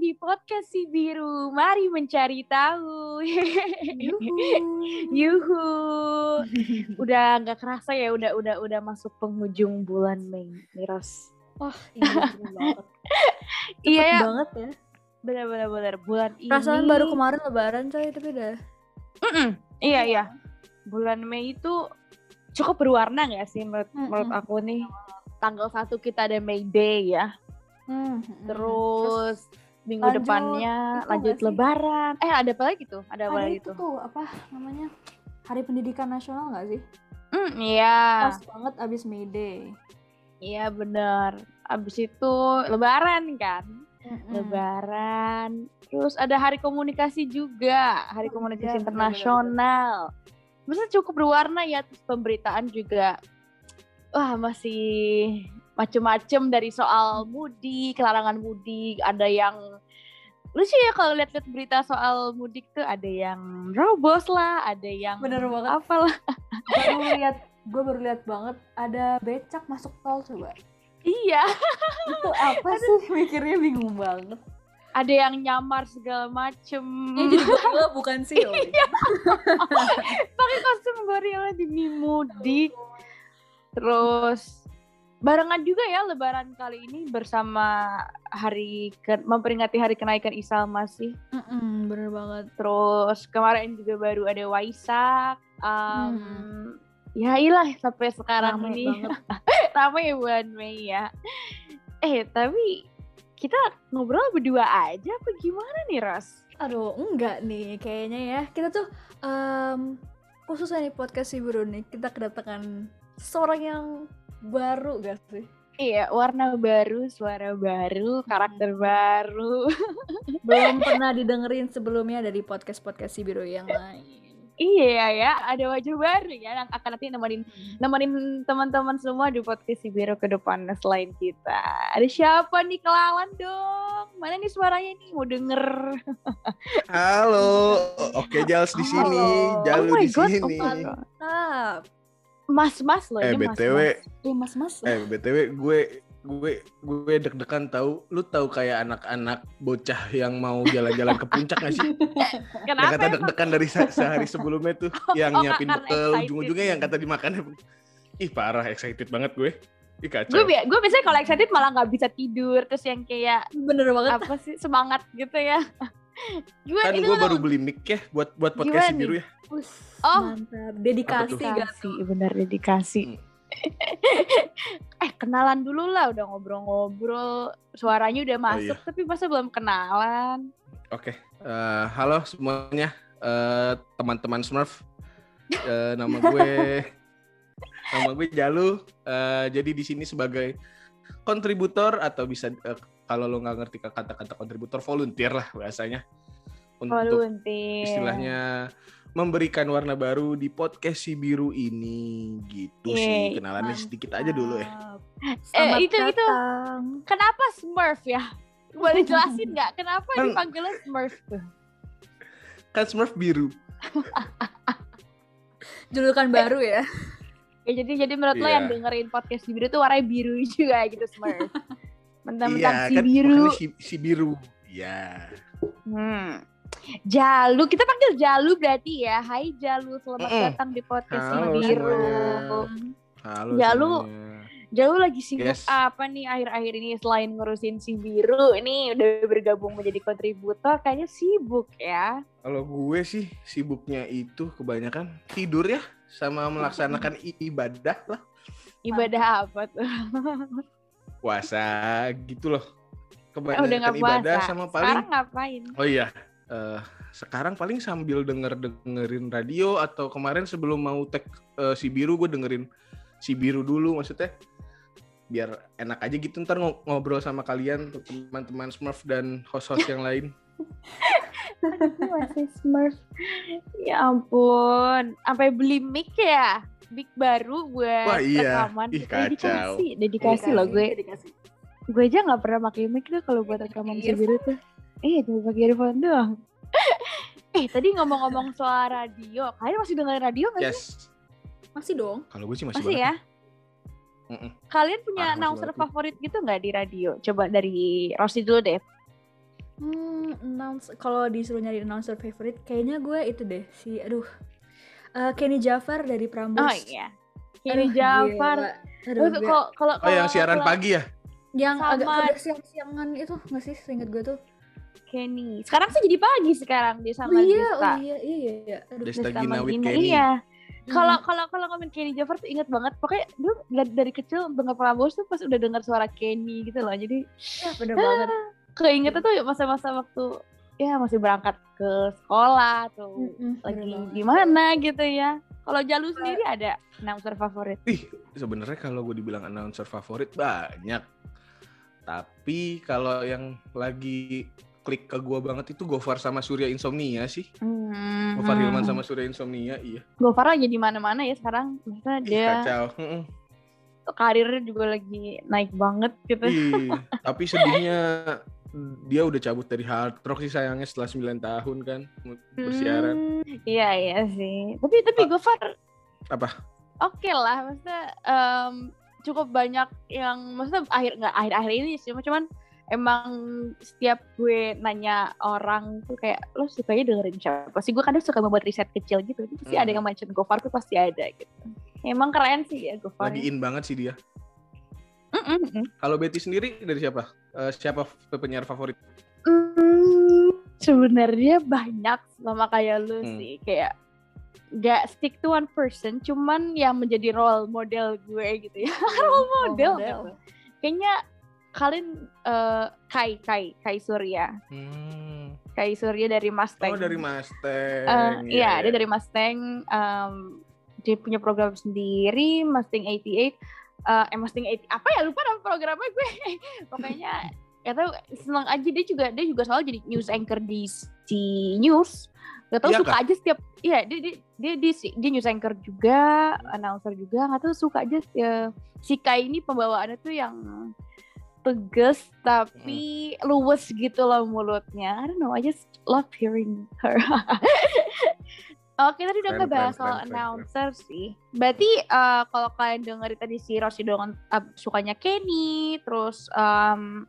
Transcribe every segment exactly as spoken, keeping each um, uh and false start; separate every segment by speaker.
Speaker 1: di podcast Si Biru. Mari mencari tahu.
Speaker 2: Yuhu.
Speaker 1: Yuhu. Udah nggak kerasa ya, udah udah udah masuk penghujung bulan Mei, Miros.
Speaker 2: Wah, iya banget.
Speaker 1: Iya ya.
Speaker 2: banget ya.
Speaker 1: Benar-benar bulan ini.
Speaker 2: Perasaan baru kemarin Lebaran coy, tapi udah.
Speaker 1: Mm-mm. Iya iya. Bulan Mei itu cukup berwarna nggak sih menurut,
Speaker 2: Mm-mm.
Speaker 1: menurut aku nih. Tanggal satu kita ada May Day ya.
Speaker 2: Hmm.
Speaker 1: Terus, Terus minggu
Speaker 2: lanjut,
Speaker 1: depannya lanjut Lebaran. Eh ada apa lagi tuh? Ada apa
Speaker 2: ada
Speaker 1: lagi
Speaker 2: itu
Speaker 1: tuh?
Speaker 2: tuh apa namanya? Hari Pendidikan Nasional nggak sih?
Speaker 1: Hmm, iya.
Speaker 2: Pas banget abis May Day.
Speaker 1: Iya benar. Abis itu Lebaran kan.
Speaker 2: Mm-mm.
Speaker 1: Lebaran. Terus ada Hari Komunikasi juga. Hari
Speaker 2: Oh,
Speaker 1: Komunikasi
Speaker 2: iya,
Speaker 1: Internasional. Maksudnya cukup berwarna ya. Terus pemberitaan juga. Wah masih macem-macem dari soal mudik, larangan mudik. Ada yang lucu ya kalau lihat-lihat berita soal mudik tuh, ada yang robos lah, ada yang
Speaker 2: Bener banget.
Speaker 1: apalah.
Speaker 2: Baru lihat, gue baru lihat banget ada becak masuk tol coba.
Speaker 1: Iya.
Speaker 2: Itu apa sih? Mikirnya bingung banget.
Speaker 1: Ada yang nyamar segala macem.
Speaker 2: Ya jadi gue bukan sih.
Speaker 1: Pakai kostum gorila demi mudik. Terus barengan juga ya Lebaran kali ini bersama hari ke- memperingati hari kenaikan Isa Al-Masih.
Speaker 2: Mm-mm, bener banget.
Speaker 1: Terus kemarin juga baru ada Waisak. Um,
Speaker 2: Hmm.
Speaker 1: Ya ilah sampai sekarang
Speaker 2: Ramai
Speaker 1: ini
Speaker 2: banget.
Speaker 1: ramai ya bulan Mei ya. Eh tapi kita ngobrol berdua aja apa gimana nih Ros?
Speaker 2: Aduh, enggak nih kayaknya ya. Kita tuh um, khususnya di podcast Si Biru nih, kita kedatangan seorang yang baru gak sih?
Speaker 1: Iya, warna baru, suara baru, karakter baru.
Speaker 2: Belum pernah didengerin sebelumnya dari podcast-podcast Si Biru yang lain.
Speaker 1: Iya ya, ada wajah baru ya yang akan nanti nemenin nemenin teman-teman semua di podcast Si Biru ke depannya selain kita. Ada siapa nih, kenalan dong? Mana nih suaranya nih, mau denger?
Speaker 3: Halo, oke Jals di sini,
Speaker 2: Halo.
Speaker 3: Jalu
Speaker 1: Oh my
Speaker 3: di
Speaker 1: God,
Speaker 3: sini.
Speaker 1: oh my God.
Speaker 2: Mantap.
Speaker 1: Mas-mas loh
Speaker 3: Eh
Speaker 1: ini,
Speaker 3: B T W,
Speaker 1: mas-mas.
Speaker 2: Eh mas-mas.
Speaker 3: eh B T W gue gue gue deg-degan tahu, lu tahu kayak anak-anak bocah yang mau jalan-jalan ke puncak nggak sih? Yang
Speaker 1: Kenapa
Speaker 3: kata
Speaker 1: emang?
Speaker 3: deg-degan dari se- sehari sebelumnya tuh, yang
Speaker 1: Oh,
Speaker 3: nyiapin
Speaker 1: karena
Speaker 3: bekal,
Speaker 1: excited.
Speaker 3: ujung-ujungnya yang kata dimakannya. Ih parah, excited banget gue. Ih kacau.
Speaker 1: Gue bi- gue biasanya kalau excited malah nggak bisa tidur, terus yang kayak
Speaker 2: Bener banget.
Speaker 1: apa sih, semangat gitu ya. Gue
Speaker 3: Kan
Speaker 1: itu
Speaker 3: gue
Speaker 1: tuh-
Speaker 3: baru beli mic ya buat buat podcast Si
Speaker 1: Gimana
Speaker 3: Biru
Speaker 1: nih?
Speaker 3: ya.
Speaker 2: Us,
Speaker 1: Oh.
Speaker 2: mantap. Dedikasi
Speaker 3: Apa tuh?
Speaker 2: gak
Speaker 1: dedikasi, bener dedikasi.
Speaker 3: Hmm.
Speaker 1: Eh kenalan dulu lah, udah ngobrol-ngobrol, suaranya udah masuk,
Speaker 3: iya.
Speaker 1: tapi masa belum kenalan?
Speaker 3: Oke, eh, halo semuanya, eh, teman-teman Smurf. Eh, nama gue, nama gue Jalu. Eh, jadi di sini sebagai kontributor atau bisa eh, kalau lo nggak ngerti kata-kata kontributor, volunteer lah bahasanya. Untuk
Speaker 1: Volunteer.
Speaker 3: istilahnya memberikan warna baru di podcast Si Biru ini, gitu
Speaker 1: Yeay,
Speaker 3: sih. Kenalannya sedikit aja dulu ya.
Speaker 2: Selamat
Speaker 1: itu- itu.
Speaker 2: datang.
Speaker 1: Kenapa Smurf ya? Boleh jelasin nggak? Kenapa
Speaker 3: Kan-
Speaker 1: dipanggilnya Smurf tuh?
Speaker 3: Kan Smurf biru.
Speaker 2: Julukan baru ya.
Speaker 1: Ya, jadi jadi menurut lo
Speaker 3: Iya.
Speaker 1: yang dengerin podcast Si Biru tuh warnanya biru juga gitu Smurf. Mentang-mentang
Speaker 3: Iya,
Speaker 1: si
Speaker 3: kan
Speaker 1: biru.
Speaker 3: makanya si, si biru. Ya.
Speaker 1: Hmm. Jalu, kita panggil Jalu berarti ya. Hai Jalu, selamat
Speaker 3: Mm-mm.
Speaker 1: datang di podcast Si
Speaker 3: Halo
Speaker 1: Biru.
Speaker 3: semuanya. Halo
Speaker 1: Jalu.
Speaker 3: semuanya.
Speaker 1: Jalu lagi sibuk
Speaker 3: Yes.
Speaker 1: apa nih akhir-akhir ini selain ngurusin Si Biru? Ini udah bergabung menjadi kontributor, kayaknya sibuk ya.
Speaker 3: Kalau gue sih sibuknya itu kebanyakan tidur ya, sama melaksanakan i- ibadah lah,
Speaker 1: Ibadah apa tuh?
Speaker 3: puasa gitu loh.
Speaker 1: Eh, udah
Speaker 3: Kebanyakan
Speaker 1: nggak
Speaker 3: ibadah
Speaker 1: puasa.
Speaker 3: sama paling.
Speaker 1: Sekarang ngapain?
Speaker 3: Oh iya, eh, sekarang paling sambil denger dengerin radio atau kemarin sebelum mau tag eh, Si Biru gue dengerin Si Biru dulu, maksudnya biar enak aja gitu ntar ngo- ngobrol sama kalian teman-teman Smurf dan host-host yang lain.
Speaker 1: Masih Smurf. Ya ampun, sampai beli mic ya? Mic baru buat
Speaker 3: Wah, iya.
Speaker 1: rekaman.
Speaker 3: Ih, kacau.
Speaker 1: Dedikasi, dedikasi loh gue.
Speaker 2: Dedikasi.
Speaker 1: Gue aja nggak pernah pakai mic tuh kalau buat rekaman Si Biru tuh. Eh, cuma pakai earphone doang. Eh, tadi ngomong-ngomong soal radio, kalian masih dengerin radio nggak sih?
Speaker 3: Yes.
Speaker 2: Masih dong.
Speaker 3: Kalau gue sih masih,
Speaker 1: Masih
Speaker 3: banget.
Speaker 1: ya? Kalian punya
Speaker 3: Parah, masih
Speaker 1: announcer
Speaker 3: banget.
Speaker 1: favorit gitu nggak di radio? Coba dari Rossi dulu deh.
Speaker 2: Hmm, announce kalau disuruh nyari announcer favorite, kayaknya gue itu deh si aduh eh, Kenny Jafar dari
Speaker 1: Oh
Speaker 2: Prambors.
Speaker 1: iya. Kenny
Speaker 2: Aduh,
Speaker 1: Jafar.
Speaker 2: gila. Aduh,
Speaker 1: Oh,
Speaker 2: gila.
Speaker 1: Kalau kalau
Speaker 3: Oh yang
Speaker 1: kalau-
Speaker 3: siaran
Speaker 1: kalau
Speaker 3: pagi ya?
Speaker 2: Yang
Speaker 1: sama-
Speaker 2: agak agak siang-siangan itu nggak sih, seingat gue tuh.
Speaker 1: Kenny. Sekarang sih jadi pagi sekarang dia
Speaker 2: Oh
Speaker 1: sama
Speaker 2: iya,
Speaker 1: Desta.
Speaker 2: oh iya, iya, iya. Aduh,
Speaker 3: Desta
Speaker 1: Desta
Speaker 3: Gina with
Speaker 1: Magina.
Speaker 3: Kenny.
Speaker 1: Iya.
Speaker 2: Hmm.
Speaker 1: Kalau kalau kalau ngomongin Kenny Jafar tuh inget banget. Pokoknya dulu dari, dari kecil denger Prambors tuh pas udah dengar suara Kenny gitu loh. Jadi
Speaker 2: ya, bener banget.
Speaker 1: keingetnya tuh masa-masa waktu ya masih berangkat ke sekolah tuh.
Speaker 2: Mm-mm,
Speaker 1: Lagi
Speaker 2: bener banget.
Speaker 1: di mana gitu ya. Kalau Jalu sendiri ada announcer favorit?
Speaker 3: Ih, sebenarnya kalau gue dibilang announcer favorit banyak. Tapi kalau yang lagi klik ke gue banget itu Gofar sama Surya Insomnia sih.
Speaker 1: Hmm.
Speaker 3: Gofar Hilman sama Surya Insomnia, iya.
Speaker 1: Gofar lagi di mana-mana ya sekarang. Maksudnya
Speaker 3: Ih,
Speaker 1: dia
Speaker 3: kacau. Mm-mm.
Speaker 1: karirnya juga lagi naik banget gitu.
Speaker 3: Ih, tapi sedihnya dia udah cabut dari Hard Rock sih sayangnya setelah sembilan tahun kan bersiaran.
Speaker 1: Hmm, iya iya sih. Tapi tapi
Speaker 3: Ah.
Speaker 1: Gofar
Speaker 3: Apa?
Speaker 1: oke lah, maksudnya em, cukup banyak yang maksudnya akhir nggak akhir-akhir ini sih, cuman emang setiap gue nanya orang tuh kayak lo sukanya dengerin siapa sih, gue kadang suka membuat riset kecil gitu, pasti
Speaker 3: Hmm.
Speaker 1: ada yang mention Gofar tuh pasti ada gitu. Emang keren sih ya Gofar.
Speaker 3: Lagi in banget sih dia.
Speaker 1: Mm-mm.
Speaker 3: Kalau Betty sendiri dari siapa? Eh, siapa penyiar favorit?
Speaker 1: Hmm, sebenarnya banyak sama kayak lu
Speaker 3: Hmm.
Speaker 1: sih, kayak gak stick to one person, cuman yang menjadi role model gue gitu ya. Role model, gitu. Kayaknya kalian eh, Kai Kai Kai Surya,
Speaker 3: Hmm.
Speaker 1: Kai Surya dari Mustang.
Speaker 3: Oh dari Mustang.
Speaker 1: Eh, iya,
Speaker 3: Iya,
Speaker 1: dia dari Mustang. em, dia punya program sendiri, Mustang delapan puluh delapan. Eh, eh Mustang delapan puluh, apa ya lupa nama programnya gue. Pokoknya gak tahu, seneng aja dia juga dia juga selalu jadi news anchor di di news. Gak tahu
Speaker 3: Iya
Speaker 1: suka
Speaker 3: kah?
Speaker 1: aja setiap iya dia dia dia, dia, dia news anchor juga, announcer juga. Gak tahu suka aja ya. Si Kai ini pembawaannya tuh yang tegas tapi luwes gitu loh mulutnya. I don't know, I just love hearing her. Oke, tadi udah
Speaker 3: Keren,
Speaker 1: ngebahas
Speaker 3: keren,
Speaker 1: soal
Speaker 3: keren, keren,
Speaker 1: announcer sih. Berarti eh, kalau kalian dengerin tadi si Rossi dengan uh, sukanya Kenny, terus em,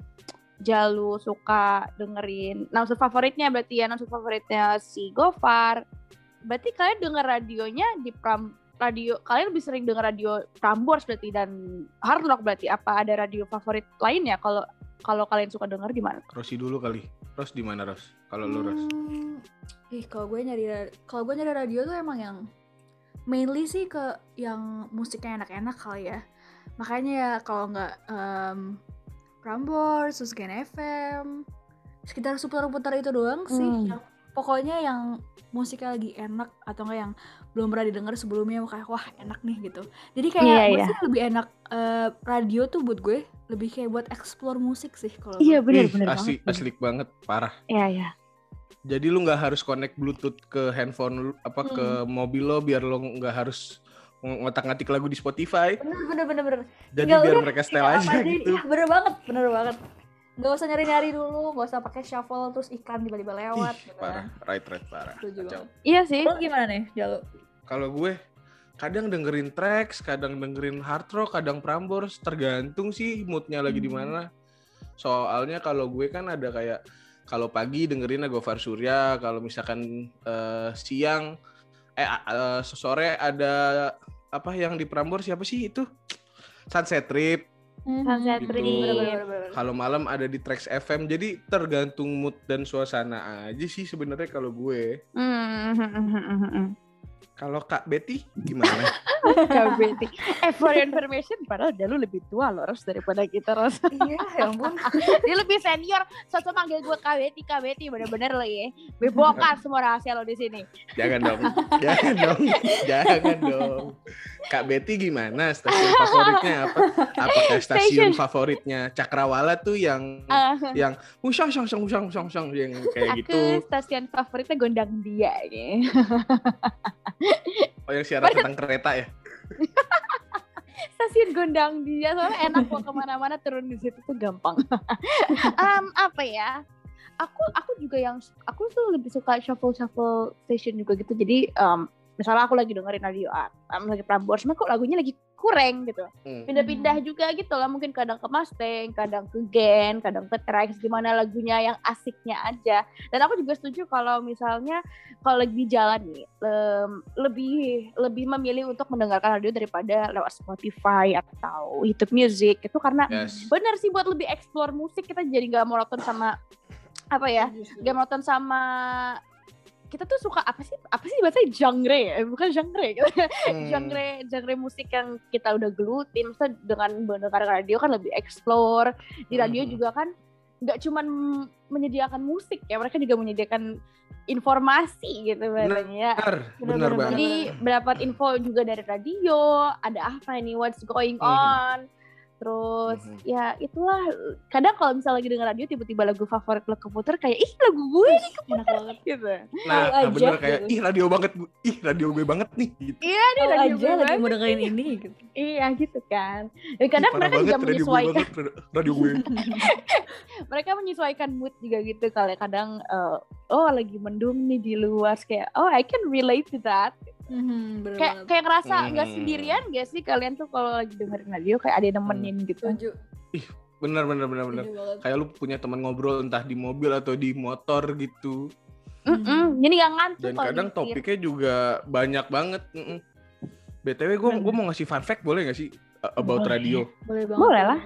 Speaker 1: Jalu suka dengerin announcer favoritnya, berarti ya announcer favoritnya si Gofar. Berarti kalian denger radionya di Pram radio, kalian lebih sering denger radio Prambors berarti dan Hard Rock berarti. Apa ada radio favorit lainnya kalau kalau kalian suka denger di mana?
Speaker 3: Rossi dulu kali. Ros di mana Ros? Kalau lu Ros?
Speaker 2: Hmm, ih kalau gue nyari ra- kalau gue nyari radio tuh emang yang mainly sih ke yang musiknya enak-enak kali ya. Makanya ya kalau nggak um, Prambors, terus Gen F M, sekitar seputar-putar itu doang sih.
Speaker 1: Hmm.
Speaker 2: Yang, pokoknya yang musiknya lagi enak atau enggak yang belum pernah didengar sebelumnya, kayak wah enak nih gitu. Jadi kayak
Speaker 1: Iya,
Speaker 2: gue
Speaker 1: iya.
Speaker 2: sih lebih enak eh, radio tuh buat gue lebih kayak buat explore musik sih kalau
Speaker 1: Iya
Speaker 2: gue.
Speaker 1: benar
Speaker 3: Ih,
Speaker 1: benar
Speaker 3: asli,
Speaker 1: banget.
Speaker 3: aslik banget, parah.
Speaker 1: Iya iya.
Speaker 3: Jadi lu nggak harus connect Bluetooth ke handphone lu, apa
Speaker 2: Hmm.
Speaker 3: ke mobil lo biar lo nggak harus ngotak-ngatik lagu di Spotify.
Speaker 2: Bener bener bener bener.
Speaker 3: Jadi
Speaker 2: Tinggal
Speaker 3: biar
Speaker 2: udah,
Speaker 3: mereka
Speaker 2: tinggal
Speaker 3: style
Speaker 2: apa
Speaker 3: aja
Speaker 2: aja.
Speaker 3: gitu.
Speaker 2: Ya, bener banget, bener banget. Gak usah nyari-nyari dulu, gak usah pakai shuffle terus iklan tiba-tiba lewat.
Speaker 3: Ih,
Speaker 2: gitu
Speaker 3: parah,
Speaker 2: kan.
Speaker 3: right right parah.
Speaker 2: Setuju
Speaker 3: Kacau.
Speaker 2: banget.
Speaker 1: Iya sih.
Speaker 2: Lo gimana nih, Jalu?
Speaker 3: Kalau gue kadang dengerin tracks, kadang dengerin hard rock, kadang Prambors, tergantung sih moodnya lagi di
Speaker 2: Hmm.
Speaker 3: mana. Soalnya kalau gue kan ada kayak kalau pagi dengerinnya Gofar Surya, kalau misalkan eh, siang eh eh, sore ada apa yang di Prambors siapa sih itu? Sunset Trip.
Speaker 1: Sunset
Speaker 3: Gitu.
Speaker 1: Trip.
Speaker 2: Bener, bener, bener.
Speaker 3: Kalau malam ada di Trax F M. Jadi tergantung mood dan suasana aja sih sebenarnya kalau gue.
Speaker 1: Hmm, hmm, hmm, hmm, hmm.
Speaker 3: Kalau Kak Betty gimana?
Speaker 1: Kak Betty. Eh, for your information, padahal dia lu lebih tua loh, Ros, daripada kita, Ros.
Speaker 2: Iya, ya ampun.
Speaker 1: Dia lebih senior. Sosok manggil gue Kak Betty, Kak Betty. Bener-bener lo ya. Gue bongkar semua rahasia lo di sini.
Speaker 3: Jangan dong, jangan dong, jangan dong. Kak Betty gimana? Stasiun favoritnya apa? Apakah stasiun
Speaker 1: Station.
Speaker 3: favoritnya Cakrawala tuh yang
Speaker 1: Ah,
Speaker 3: yang usang usang usang usang usang usang yang kayak
Speaker 1: aku
Speaker 3: gitu?
Speaker 1: stasiun favoritnya Gondang Dia. Ya.
Speaker 3: Oh yang siaran tentang kereta ya?
Speaker 1: Stasiun Gondang Dia soalnya enak mau kemana-mana turun di situ tuh gampang. Em, apa ya? Aku aku juga yang aku tuh lebih suka shuffle shuffle station juga gitu. Jadi em, misalnya aku lagi dengerin radio A, em, lagi Prambors, cuma kok lagunya lagi kurang gitu.
Speaker 3: Hmm.
Speaker 1: Pindah-pindah juga gitu lah, mungkin kadang ke Mustang, kadang ke Gen, kadang ke Trax, gimana lagunya yang asiknya aja. Dan aku juga setuju kalau misalnya kalau lagi di jalan nih, lem, lebih lebih memilih untuk mendengarkan radio daripada lewat Spotify atau YouTube Music itu karena
Speaker 3: Yes.
Speaker 1: benar sih buat lebih explore musik, kita jadi nggak monoton sama apa ya, nggak monoton sama kita tuh suka apa sih apa sih bahasa genre ya, bukan genre gitu.
Speaker 3: Hmm.
Speaker 1: genre genre musik yang kita udah gelutin. Maksudnya dengan mendengarkan radio kan lebih explore. Di radio
Speaker 3: Hmm.
Speaker 1: juga kan nggak cuman menyediakan musik ya, mereka juga menyediakan informasi gitu bahasanya.
Speaker 3: Benar, benar banget.
Speaker 1: Jadi mendapat info juga dari radio, ada apa ini, what's going
Speaker 3: Mhm.
Speaker 1: on. Terus
Speaker 3: Mhm.
Speaker 1: ya itulah, kadang kalau misalnya lagi denger radio tiba-tiba lagu favorit lo keputer kayak ih lagu gue nih
Speaker 2: Enak banget.
Speaker 1: gitu.
Speaker 3: Nah,
Speaker 2: Tahu aja
Speaker 3: bener kayak
Speaker 2: gitu.
Speaker 3: ih radio banget, Bu. Ih radio gue banget nih gitu.
Speaker 1: Iya nih
Speaker 2: Tahu
Speaker 1: radio
Speaker 2: aja
Speaker 1: gue
Speaker 2: lagi
Speaker 1: banget.
Speaker 2: mau dengerin ini gitu.
Speaker 1: Iya gitu kan. Dan kadang
Speaker 3: Ih,
Speaker 1: mereka
Speaker 3: parah
Speaker 1: juga
Speaker 3: banget, radio gue
Speaker 1: menyesuaikan,
Speaker 3: banget, radio gue.
Speaker 1: mereka menyesuaikan mood juga gitu. Kalau kadang eh, oh lagi mendung nih di luar, kayak oh I can relate to that.
Speaker 2: Mhm, bener
Speaker 1: Kayak
Speaker 2: banget.
Speaker 1: kayak ngerasa nggak
Speaker 3: Hmm.
Speaker 1: sendirian gak sih kalian tuh kalau lagi dengerin radio, kayak ada yang nemenin gitu.
Speaker 2: Setuju.
Speaker 3: Bener, bener, bener, bener.
Speaker 2: Setuju banget.
Speaker 3: Kayak lu punya teman ngobrol entah di mobil atau di motor gitu.
Speaker 1: Mm-mm. Jadi nggak ngantuk
Speaker 3: Dan
Speaker 1: kalau
Speaker 3: kadang
Speaker 1: nyetir.
Speaker 3: topiknya juga banyak banget. Mm-mm. B T W gue gue mau ngasih fun fact boleh gak sih uh, about
Speaker 1: Boleh.
Speaker 3: radio?
Speaker 2: Boleh banget.
Speaker 1: Boleh lah.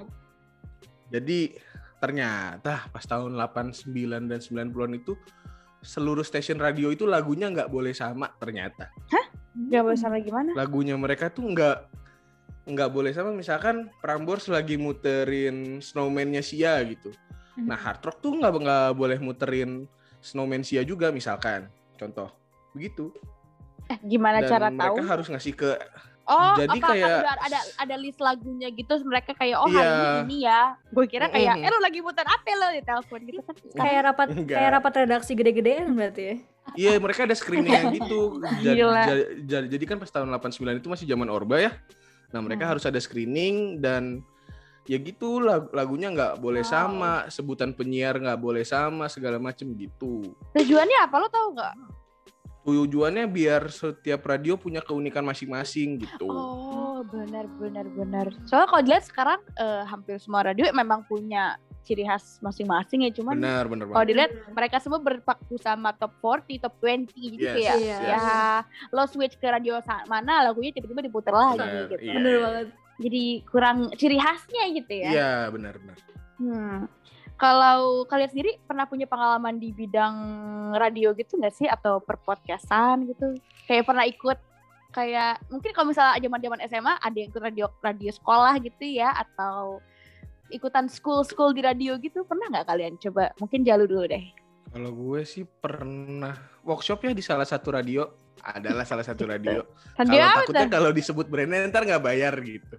Speaker 3: Jadi ternyata pas tahun delapan puluh sembilan dan sembilan puluhan itu seluruh stasiun radio itu lagunya nggak boleh sama ternyata.
Speaker 1: Nggak boleh sama gimana?
Speaker 3: Lagunya mereka tuh nggak nggak boleh sama. Misalkan Prambors lagi muterin Snowman-nya Sia gitu. Nah hard rock tuh nggak nggak boleh muterin Snowman Sia juga misalkan. Contoh begitu.
Speaker 1: Eh, gimana
Speaker 3: Dan
Speaker 1: cara
Speaker 3: mereka
Speaker 1: tahu?
Speaker 3: harus ngasih ke
Speaker 1: Oh,
Speaker 3: jadi
Speaker 1: apa
Speaker 3: kayak-
Speaker 1: udah ada ada list lagunya gitu, mereka kayak oh hari
Speaker 3: Iya.
Speaker 1: ini ini ya. Gue kira kayak
Speaker 3: Mm-mm.
Speaker 1: eh lo lagi muter apa lo di telepon gitu kan.
Speaker 2: Kayak rapat
Speaker 3: Enggak.
Speaker 2: kayak rapat redaksi gede-gedean berarti ya.
Speaker 3: Iya mereka ada screening yang gitu. Jadi,
Speaker 1: Gila.
Speaker 3: jadi, jadi kan pas tahun delapan puluh sembilan itu masih zaman Orba ya. Nah mereka
Speaker 1: Hmm.
Speaker 3: harus ada screening dan ya gitu lag- lagunya nggak boleh
Speaker 1: Wow.
Speaker 3: sama, sebutan penyiar nggak boleh sama, segala macem gitu.
Speaker 1: Tujuannya apa lo tahu nggak?
Speaker 3: Tujuannya biar setiap radio punya keunikan masing-masing gitu.
Speaker 1: Oh, benar benar benar. Soalnya kalau dilihat sekarang eh, hampir semua radio memang punya ciri khas masing-masing ya, cuman
Speaker 3: Benar, benar
Speaker 1: kalau
Speaker 3: banget.
Speaker 1: dilihat mereka semua berpaku sama top empat puluh, top dua puluh gitu
Speaker 3: Yes,
Speaker 1: kayak
Speaker 2: yes.
Speaker 1: ya lo switch ke radio sa- mana lagunya tiba-tiba diputer lagi
Speaker 3: Benar,
Speaker 1: gitu.
Speaker 3: iya.
Speaker 2: Bener banget.
Speaker 1: Jadi kurang ciri khasnya gitu ya.
Speaker 3: Iya, benar, benar.
Speaker 1: Hmm. Kalau kalian sendiri pernah punya pengalaman di bidang radio gitu nggak sih, atau perpodcastan gitu? Kayak pernah ikut kayak mungkin kalau misalnya zaman-zaman S M A ada yang ikut radio radio sekolah gitu ya, atau ikutan school-school di radio gitu, pernah nggak kalian? Coba mungkin Jalu dulu deh.
Speaker 3: Kalau gue sih pernah workshopnya di salah satu radio, adalah salah satu radio.
Speaker 1: Radio
Speaker 3: Kalau
Speaker 1: apa
Speaker 3: takutnya
Speaker 1: tuh?
Speaker 3: kalau disebut brandnya ntar nggak bayar gitu.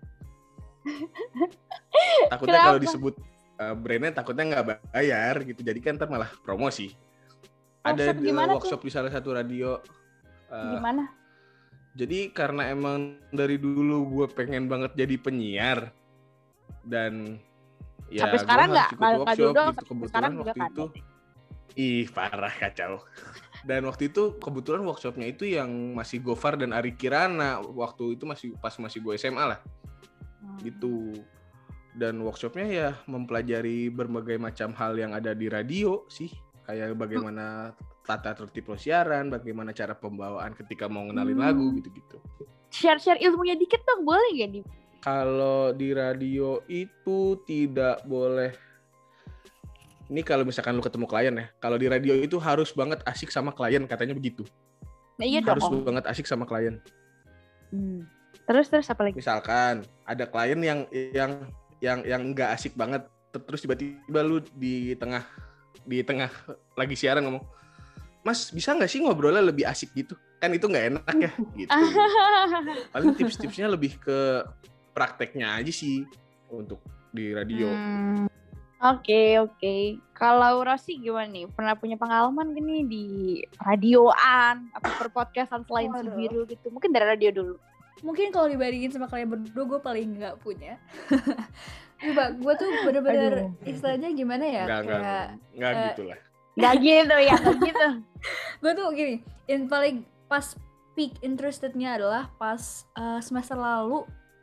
Speaker 3: Takutnya
Speaker 1: Kenapa?
Speaker 3: kalau disebut uh, brandnya takutnya nggak bayar gitu. Jadi kan ntar malah promosi. Ada
Speaker 1: Workshop
Speaker 3: di-
Speaker 1: gimana tuh?
Speaker 3: workshop di salah satu radio. Uh,
Speaker 1: Gimana?
Speaker 3: jadi karena emang dari dulu gue pengen banget jadi penyiar dan ya
Speaker 1: Sampai
Speaker 3: gue
Speaker 1: sekarang
Speaker 3: harus
Speaker 1: nggak?
Speaker 3: ikut
Speaker 1: Kalau
Speaker 3: workshop
Speaker 1: dulu dong,
Speaker 3: gitu.
Speaker 1: sampai
Speaker 3: Kebetulan
Speaker 1: sekarang juga
Speaker 3: waktu
Speaker 1: kan.
Speaker 3: itu ih parah kacau. Dan waktu itu kebetulan workshopnya itu yang masih Gofar dan Ari Kirana, waktu itu masih pas masih gue S M A lah
Speaker 1: Hmm.
Speaker 3: gitu. Dan workshopnya ya mempelajari berbagai macam hal yang ada di radio sih, kayak bagaimana tata tertib siaran, bagaimana cara pembawaan ketika mau ngenalin
Speaker 1: Hmm.
Speaker 3: lagu gitu-gitu.
Speaker 1: Share-share ilmunya dikit dong, boleh nggak di?
Speaker 3: Kalau di radio itu tidak boleh. Ini kalau misalkan lu ketemu klien ya. Kalau di radio itu harus banget asik sama klien, katanya begitu.
Speaker 1: Nah, iya
Speaker 3: Harus
Speaker 1: dong.
Speaker 3: banget asik sama klien.
Speaker 1: Hmm. Terus terus apa lagi?
Speaker 3: Misalkan ada klien yang yang yang yang nggak asik banget, terus tiba-tiba lu di tengah di tengah lagi siaran ngomong, Mas bisa nggak sih ngobrolnya lebih asik gitu? Kan itu nggak enak ya gitu. Paling tips-tipsnya lebih ke prakteknya aja sih untuk di radio.
Speaker 1: Hmm. Oke oke. Kalau Rosi gimana nih? Pernah punya pengalaman gini di radioan atau perpodcastan selain
Speaker 2: Waduh.
Speaker 1: Subiru gitu? Mungkin dari radio dulu.
Speaker 2: Mungkin kalau dibandingin sama kalian berdua, gue paling nggak punya. Coba, gue tuh bener-bener
Speaker 1: Aduh.
Speaker 2: istilahnya gimana ya?
Speaker 3: Enggak, enggak,
Speaker 2: kayak
Speaker 3: enggak
Speaker 2: eh,
Speaker 3: gitu lah.
Speaker 1: Gak gitu ya, gak gitu.
Speaker 2: gue tuh gini, yang paling pas peak interestednya adalah pas uh, semester lalu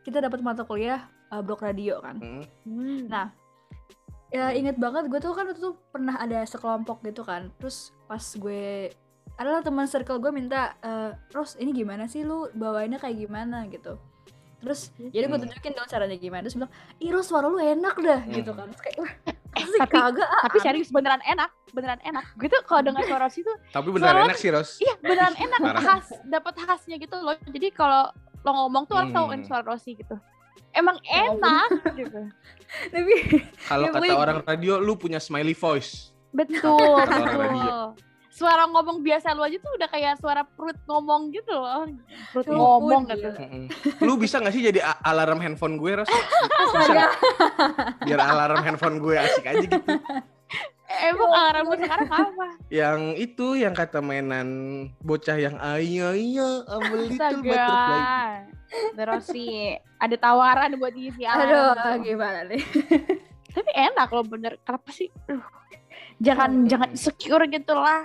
Speaker 2: kita dapat mata kuliah uh, blog radio kan.
Speaker 3: Hmm.
Speaker 1: Hmm.
Speaker 2: Nah, ya inget banget gue tuh kan waktu tuh pernah ada sekelompok gitu kan. Terus pas gue adalah teman circle gue minta, e, Ros ini gimana sih lu bawainnya kayak gimana gitu. Terus jadi gue
Speaker 3: Hmm.
Speaker 2: tunjukin dong caranya gimana. Terus bilang, ih Ros suara lu enak dah
Speaker 3: Hmm.
Speaker 2: gitu kan. Terus kayak wah
Speaker 1: Eh,
Speaker 2: sih
Speaker 1: tapi
Speaker 2: kagak ah.
Speaker 1: tapi serius beneran enak, beneran enak. Gue tuh kalau dengar suara Rosi tuh
Speaker 3: Tapi beneran
Speaker 1: Suara-
Speaker 3: enak sih, Ros.
Speaker 1: iya beneran enak,
Speaker 3: Parah.
Speaker 1: khas, dapat khasnya gitu loh. Jadi kalau lo ngomong tuh orang tahu
Speaker 3: Hmm.
Speaker 1: ini suara Rosi gitu. Emang enak gitu.
Speaker 2: Tapi
Speaker 3: Kalau
Speaker 2: Ya,
Speaker 3: kata
Speaker 2: pokoknya-
Speaker 3: orang radio, lu punya smiley voice.
Speaker 1: Betul,
Speaker 3: Kata orang radio.
Speaker 1: betul. Suara ngomong biasa lu aja tuh udah kayak suara perut ngomong gitu loh. Perut
Speaker 2: Ya
Speaker 1: ngomong
Speaker 2: ampun,
Speaker 1: gitu.
Speaker 2: gila.
Speaker 3: Mm-mm. Lu bisa gak sih jadi a- alarm handphone gue, Ros? Bisa
Speaker 2: Astaga.
Speaker 3: nggak? Biar alarm handphone gue asik aja gitu.
Speaker 1: Emang alarm lu sekarang apa?
Speaker 3: Yang itu yang kata mainan bocah yang ayo ayo a little butterfly.
Speaker 1: Astaga. Terus sih ada tawaran buat diisi
Speaker 2: Aduh,
Speaker 1: alarm. gitu.
Speaker 2: gimana nih?
Speaker 1: Tapi enak loh bener. Kenapa sih? Aduh. Jangan
Speaker 2: Hmm.
Speaker 1: jangan insecure gitu lah.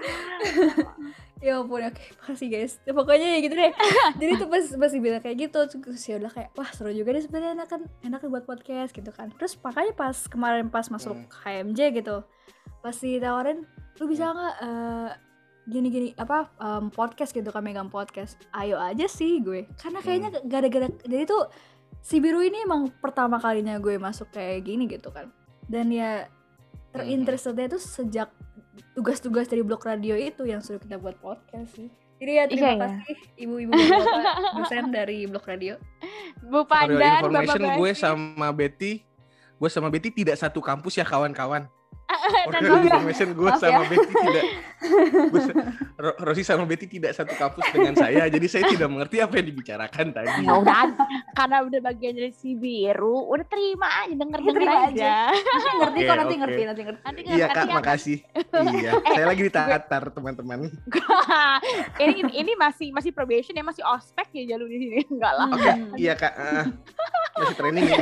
Speaker 2: Ya ampun, oke, makasih guys. Ya, pokoknya ya gitu deh. Jadi tuh pas pas bilang kayak gitu, terus ya udah kayak wah seru juga deh sebenarnya, enak kan, enak buat podcast gitu kan. Terus makanya pas kemarin pas masuk
Speaker 3: Hmm.
Speaker 2: H M J gitu, pas ditawarin, lu bisa nggak eh, gini-gini apa em, podcast gitu kan, megang podcast. Ayo aja sih gue, karena kayaknya gara-gara jadi tuh si Biru ini emang pertama kalinya gue masuk kayak gini gitu kan. Dan ya terinterestednya tuh sejak tugas-tugas dari blog radio itu yang suruh kita buat podcast sih. Jadi ya terima
Speaker 1: Iya, ya.
Speaker 2: kasih ibu-ibu bapak dosen dari blog radio.
Speaker 1: Bu
Speaker 3: For your
Speaker 1: Pandan,
Speaker 3: information,
Speaker 1: Bapak
Speaker 3: gue
Speaker 1: Basi.
Speaker 3: sama Betty, gue sama Betty tidak satu kampus ya kawan-kawan. For
Speaker 1: Dan
Speaker 3: your
Speaker 1: juga-
Speaker 3: information, gue
Speaker 2: Maaf
Speaker 3: sama
Speaker 2: ya.
Speaker 3: Betty tidak, gue sa- Ro- Rosi sama Betty tidak satu kampus dengan saya, jadi saya tidak mengerti apa yang dibicarakan tadi.
Speaker 1: Ya udah, karena udah bagian dari si Biru, udah terima aja, denger-denger
Speaker 2: terima
Speaker 1: aja.
Speaker 2: Ngerti
Speaker 3: Oke,
Speaker 2: kok, nanti
Speaker 3: oke.
Speaker 2: ngerti, nanti ngerti.
Speaker 1: Nanti
Speaker 3: Iya
Speaker 1: nanti
Speaker 3: kak,
Speaker 1: kan-
Speaker 3: makasih. Iya, saya lagi ditatar teman-teman.
Speaker 1: ini ini ini masih masih probation ya, masih ospek ya Jalu di sini. Enggak lah.
Speaker 3: Oke, iya kak, Ah, masih training ya.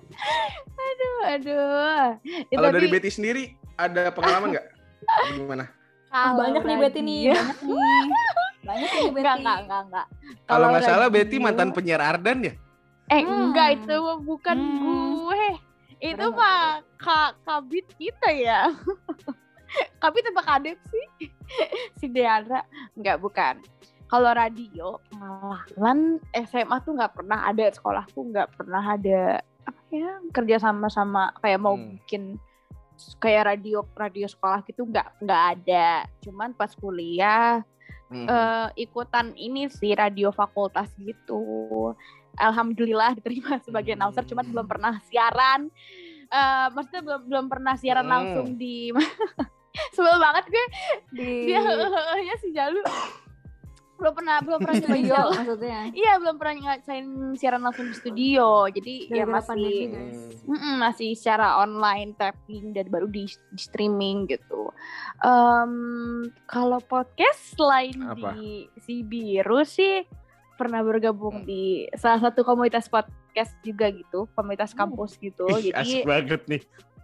Speaker 1: Aduh. Ya,
Speaker 3: Kalau
Speaker 1: tapi
Speaker 3: dari Betty sendiri, ada pengalaman nggak? Gimana?
Speaker 1: kalau
Speaker 2: banyak nih Betty nih,
Speaker 1: radio-
Speaker 2: banyak nih. Banyak nih Betty.
Speaker 1: Enggak, enggak, enggak, enggak.
Speaker 3: Kalau nggak salah
Speaker 1: radio-
Speaker 3: Betty mantan penyiar Ardan ya?
Speaker 1: Eh,
Speaker 2: Hmm.
Speaker 1: enggak, itu bukan
Speaker 2: Hmm.
Speaker 1: gue. Itu
Speaker 2: Keren
Speaker 1: mah Kak Kabit kita ya. Kabit apa Kadep sih? Si Deandra. Enggak, bukan. Kalau radio, pengalaman S M A tuh nggak pernah ada, sekolahku nggak pernah ada apa ya, kerja sama-sama kayak mau
Speaker 3: Hmm.
Speaker 1: bikin kayak radio radio sekolah gitu, nggak nggak ada. Cuman pas kuliah
Speaker 3: Hmm.
Speaker 1: eh, ikutan ini sih radio fakultas gitu. Alhamdulillah diterima sebagai announcer, cuman belum pernah siaran. Eh, maksudnya belum belum pernah siaran
Speaker 3: Hmm.
Speaker 1: langsung di sebel banget gue
Speaker 2: Di
Speaker 1: dia ya si Jalu belum pernah belum pernah nyobain
Speaker 2: studio
Speaker 1: siaran.
Speaker 2: maksudnya.
Speaker 1: Iya, belum pernah ngerasain siaran langsung di studio. Jadi ya
Speaker 2: Gara-gara pandemi,
Speaker 1: masih
Speaker 2: guys.
Speaker 1: Mm-mm, masih secara online tapping dan baru di, di streaming gitu. Em, kalau podcast selain
Speaker 3: Apa?
Speaker 1: di si Biru sih pernah bergabung
Speaker 3: Hmm.
Speaker 1: di salah satu komunitas podcast juga gitu, komunitas
Speaker 2: Hmm.
Speaker 1: kampus gitu.
Speaker 3: Ih,
Speaker 1: Jadi
Speaker 3: asik banget nih.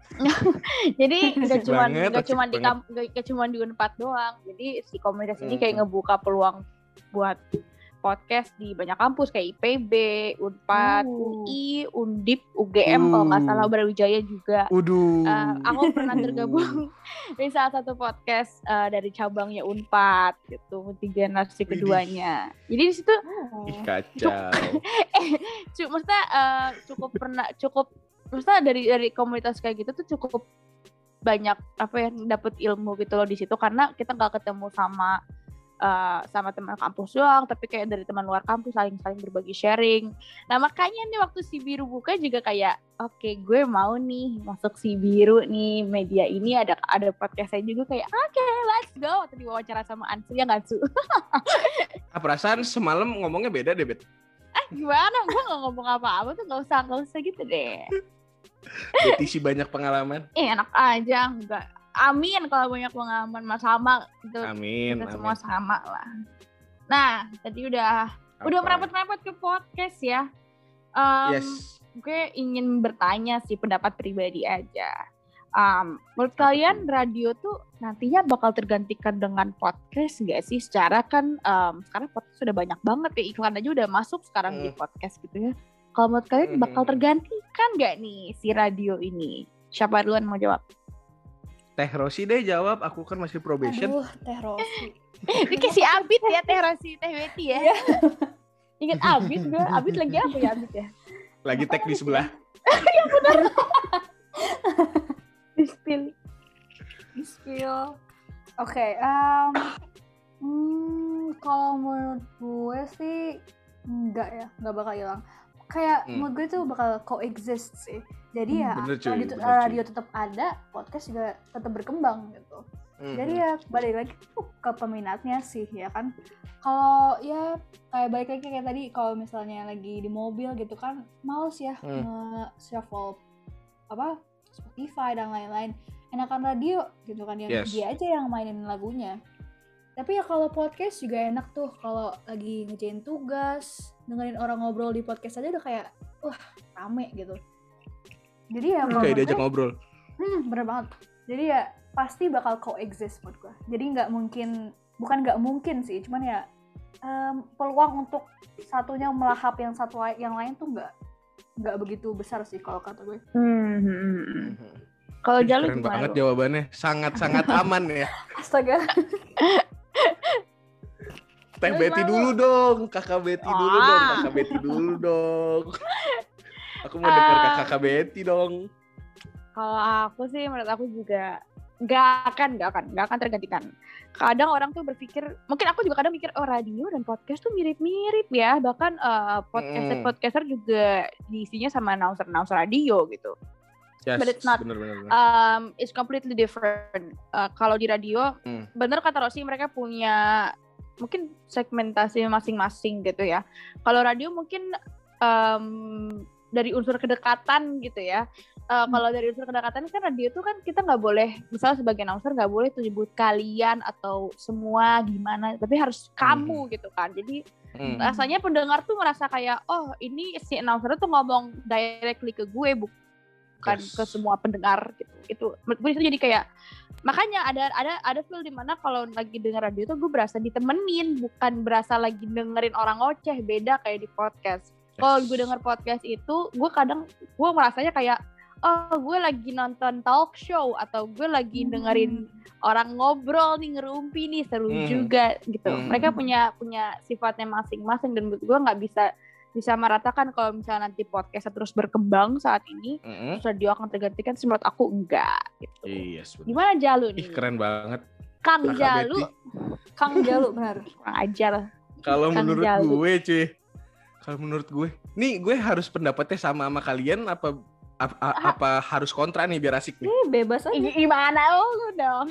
Speaker 1: jadi nggak
Speaker 3: Asik
Speaker 1: cuma
Speaker 3: banget,
Speaker 1: nggak
Speaker 3: asik
Speaker 1: cuma di
Speaker 3: banget.
Speaker 1: kamp nggak cuma di Unpad doang. Jadi si komunitas ini kayak
Speaker 3: Hmm.
Speaker 1: ngebuka peluang buat podcast di banyak kampus kayak I P B, Unpad,
Speaker 2: Oh.
Speaker 1: U I, Undip, U G M kalau nggak
Speaker 3: Uh.
Speaker 1: salah, Brawijaya juga.
Speaker 3: Uduh.
Speaker 1: Eh, aku pernah tergabung di salah satu podcast eh, dari cabangnya Unpad gitu, di generasi
Speaker 3: Widih.
Speaker 1: keduanya. Jadi di situ
Speaker 3: Ih, kacau.
Speaker 1: cu- maksudnya eh, cukup pernah cukup maksudnya dari dari komunitas kayak gitu tuh cukup banyak apa ya, dapet ilmu gitu loh di situ, karena kita nggak ketemu sama eh, sama teman kampus doang, tapi kayak dari teman luar kampus saling saling berbagi sharing. Nah makanya nih waktu si Biru buka juga kayak oke gue mau nih masuk si Biru nih, media ini ada ada podcastnya juga, kayak oke let's go. Tadi wawancara sama Ansu ya nggak Ansu?
Speaker 3: Ah, perasaan semalam ngomongnya beda deh, Bet.
Speaker 1: Gimana? Gue nggak ngomong apa-apa tuh, nggak usah nggak usah gitu deh.
Speaker 3: Betty sih banyak pengalaman.
Speaker 1: Eh, enak aja, enggak. Amin kalau banyak pengalaman, mas sama gitu.
Speaker 3: Amin,
Speaker 1: Kita
Speaker 3: amin.
Speaker 1: semua sama lah. Nah, tadi udah udah
Speaker 3: Apa?
Speaker 1: merapat-merapat ke podcast ya. Em,
Speaker 3: Yes.
Speaker 1: Gue ingin bertanya sih pendapat pribadi aja. Em, menurut
Speaker 3: Apa
Speaker 1: kalian
Speaker 3: tuh?
Speaker 1: radio tuh nantinya bakal tergantikan dengan podcast nggak sih? Secara kan em, sekarang podcast sudah banyak banget ya, iklan aja udah masuk sekarang di
Speaker 3: Hmm.
Speaker 1: podcast gitu ya. Kalau menurut kalian bakal tergantikan nggak nih si radio ini? Siapa duluan mau jawab?
Speaker 3: Teh Rosi deh jawab, aku kan masih probation.
Speaker 2: Aduh, Teh Rosi.
Speaker 1: Ini kayak si Abid ya, Teh Rosi, Teh Betty ya. Ingat Abid gue, Abid lagi apa ya Abid ya?
Speaker 3: Lagi tag di sebelah.
Speaker 1: Iya benar. Di-spill.
Speaker 2: Di-spill. Oke, um, hmm, kalau menurut gue sih enggak ya, enggak bakal hilang. Kayak hmm. menurut gue tuh bakal coexist sih. Jadi ya
Speaker 3: bener, cuy,
Speaker 2: radio,
Speaker 3: bener,
Speaker 2: radio tetap ada, podcast juga tetap berkembang gitu. Hmm. Jadi ya balik lagi tuh ke peminatnya sih ya kan. Kalau ya kayak balik lagi kayak tadi, kalau misalnya lagi di mobil gitu kan, males ya hmm. nge-shuffle apa Spotify dan lain-lain. Enakan radio gitu kan, yang yes. dia aja yang mainin lagunya. Tapi ya kalau podcast juga enak tuh, kalau lagi ngerjain tugas, dengerin orang ngobrol di podcast aja udah kayak wah rame gitu. Jadi ya
Speaker 3: kayak diajak ngobrol.
Speaker 2: Hmm, bener banget. Jadi ya pasti bakal coexist menurut gue. Jadi nggak mungkin, bukan nggak mungkin sih, cuman ya um, peluang untuk satunya melahap yang satu yang lain tuh nggak nggak begitu besar sih kalau kata gue.
Speaker 1: Hmm. hmm. Kalau Jalu
Speaker 3: keren banget jawabannya, sangat-sangat aman ya.
Speaker 2: Astaga.
Speaker 3: Teh Betty dulu dong, kakak Betty oh. dulu dong, kakak Betty dulu dong. Aku mau dengar uh, kakak Betty dong.
Speaker 1: Kalau aku sih, menurut aku juga nggak akan, nggak akan, nggak akan tergantikan. Kadang orang tuh berpikir, mungkin aku juga kadang mikir, oh radio dan podcast tuh mirip-mirip ya. Bahkan uh, podcaster-podcaster juga diisinya sama announcer-announcer radio gitu.
Speaker 3: Yes,
Speaker 1: but it's not,
Speaker 3: bener, bener, bener.
Speaker 1: Um, it's completely different. Uh, kalau di radio, hmm. bener kata Rosi, mereka punya mungkin segmentasi masing-masing gitu ya. Kalau radio mungkin um, dari unsur kedekatan gitu ya. Uh, hmm. Kalau dari unsur kedekatan kan radio tuh kan kita nggak boleh, misalnya sebagai announcer nggak boleh tuh nyebut kalian atau semua gimana, tapi harus kamu hmm. gitu kan. Jadi hmm. rasanya pendengar tuh merasa kayak, oh ini si announcer tuh ngomong directly ke gue, bukan bukan yes. ke semua pendengar gitu. Itu menurut gue itu jadi kayak, makanya ada ada ada feel di mana kalau lagi denger radio tuh gue berasa ditemenin, bukan berasa lagi dengerin orang ngoceh. Beda kayak di podcast. Yes. Kalau gue denger podcast itu, gue kadang gue merasanya kayak, oh gue lagi nonton talk show atau gue lagi dengerin hmm. orang ngobrol nih, ngerumpi nih, seru hmm. juga gitu. Hmm. Mereka punya punya sifatnya masing-masing dan menurut gue nggak bisa bisa meratakan. Kalau misalnya nanti podcast terus berkembang saat ini, mm-hmm. terus radio akan tergantikan, menurut aku enggak gitu.
Speaker 3: Yes, bener.
Speaker 1: Gimana Jalu nih?
Speaker 3: Ih, keren banget.
Speaker 1: Kang Kakak Jalu. Betty. Kang Jalu benar. Kurang ajar.
Speaker 3: Kalau menurut Jalu. gue, cuy. Kalau menurut gue, nih gue harus pendapatnya sama sama kalian apa apa, ah. apa harus kontra nih biar asik nih?
Speaker 2: Eh, bebas aja.
Speaker 1: Gimana lu dong?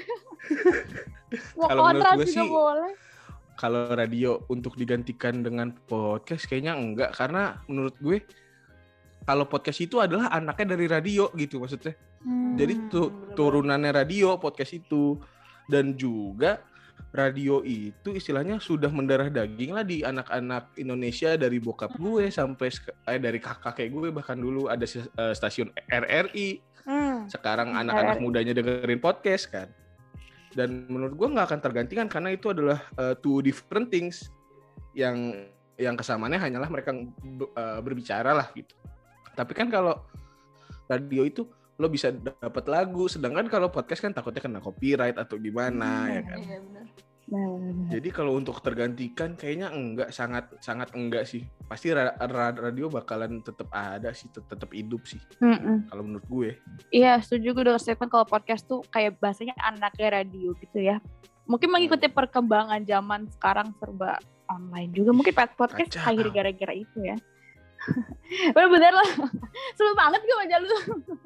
Speaker 1: Mau kontra juga sih, boleh.
Speaker 3: Kalau radio untuk digantikan dengan podcast kayaknya enggak, karena menurut gue kalau podcast itu adalah anaknya dari radio gitu maksudnya. Hmm, Jadi tu, turunannya radio podcast itu, dan juga radio itu istilahnya sudah mendarah daging lah di anak-anak Indonesia, dari bokap gue sampai eh, dari kakak-kakek gue, bahkan dulu ada uh, stasiun R R I. Hmm. Sekarang anak-anak R R I mudanya dengerin podcast kan. Dan menurut gue nggak akan tergantikan karena itu adalah uh, two different things yang yang kesamaannya hanyalah mereka uh, berbicara lah gitu. Tapi kan kalau radio itu lo bisa dapat lagu, sedangkan kalau podcast kan takutnya kena copyright atau gimana hmm, ya kan. Iya benar. Jadi kalau untuk tergantikan kayaknya enggak, sangat sangat enggak sih. Pasti ra- ra- radio bakalan tetap ada sih, tetap hidup sih. Mm-mm. Kalau menurut gue.
Speaker 1: Iya, setuju gue dengan statement kalau podcast tuh kayak bahasanya anaknya radio gitu ya. Mungkin mengikuti perkembangan zaman sekarang serba online juga. Mungkin podcast akhir gara-gara itu ya. Bener-bener lah. Seru banget gue baca lu.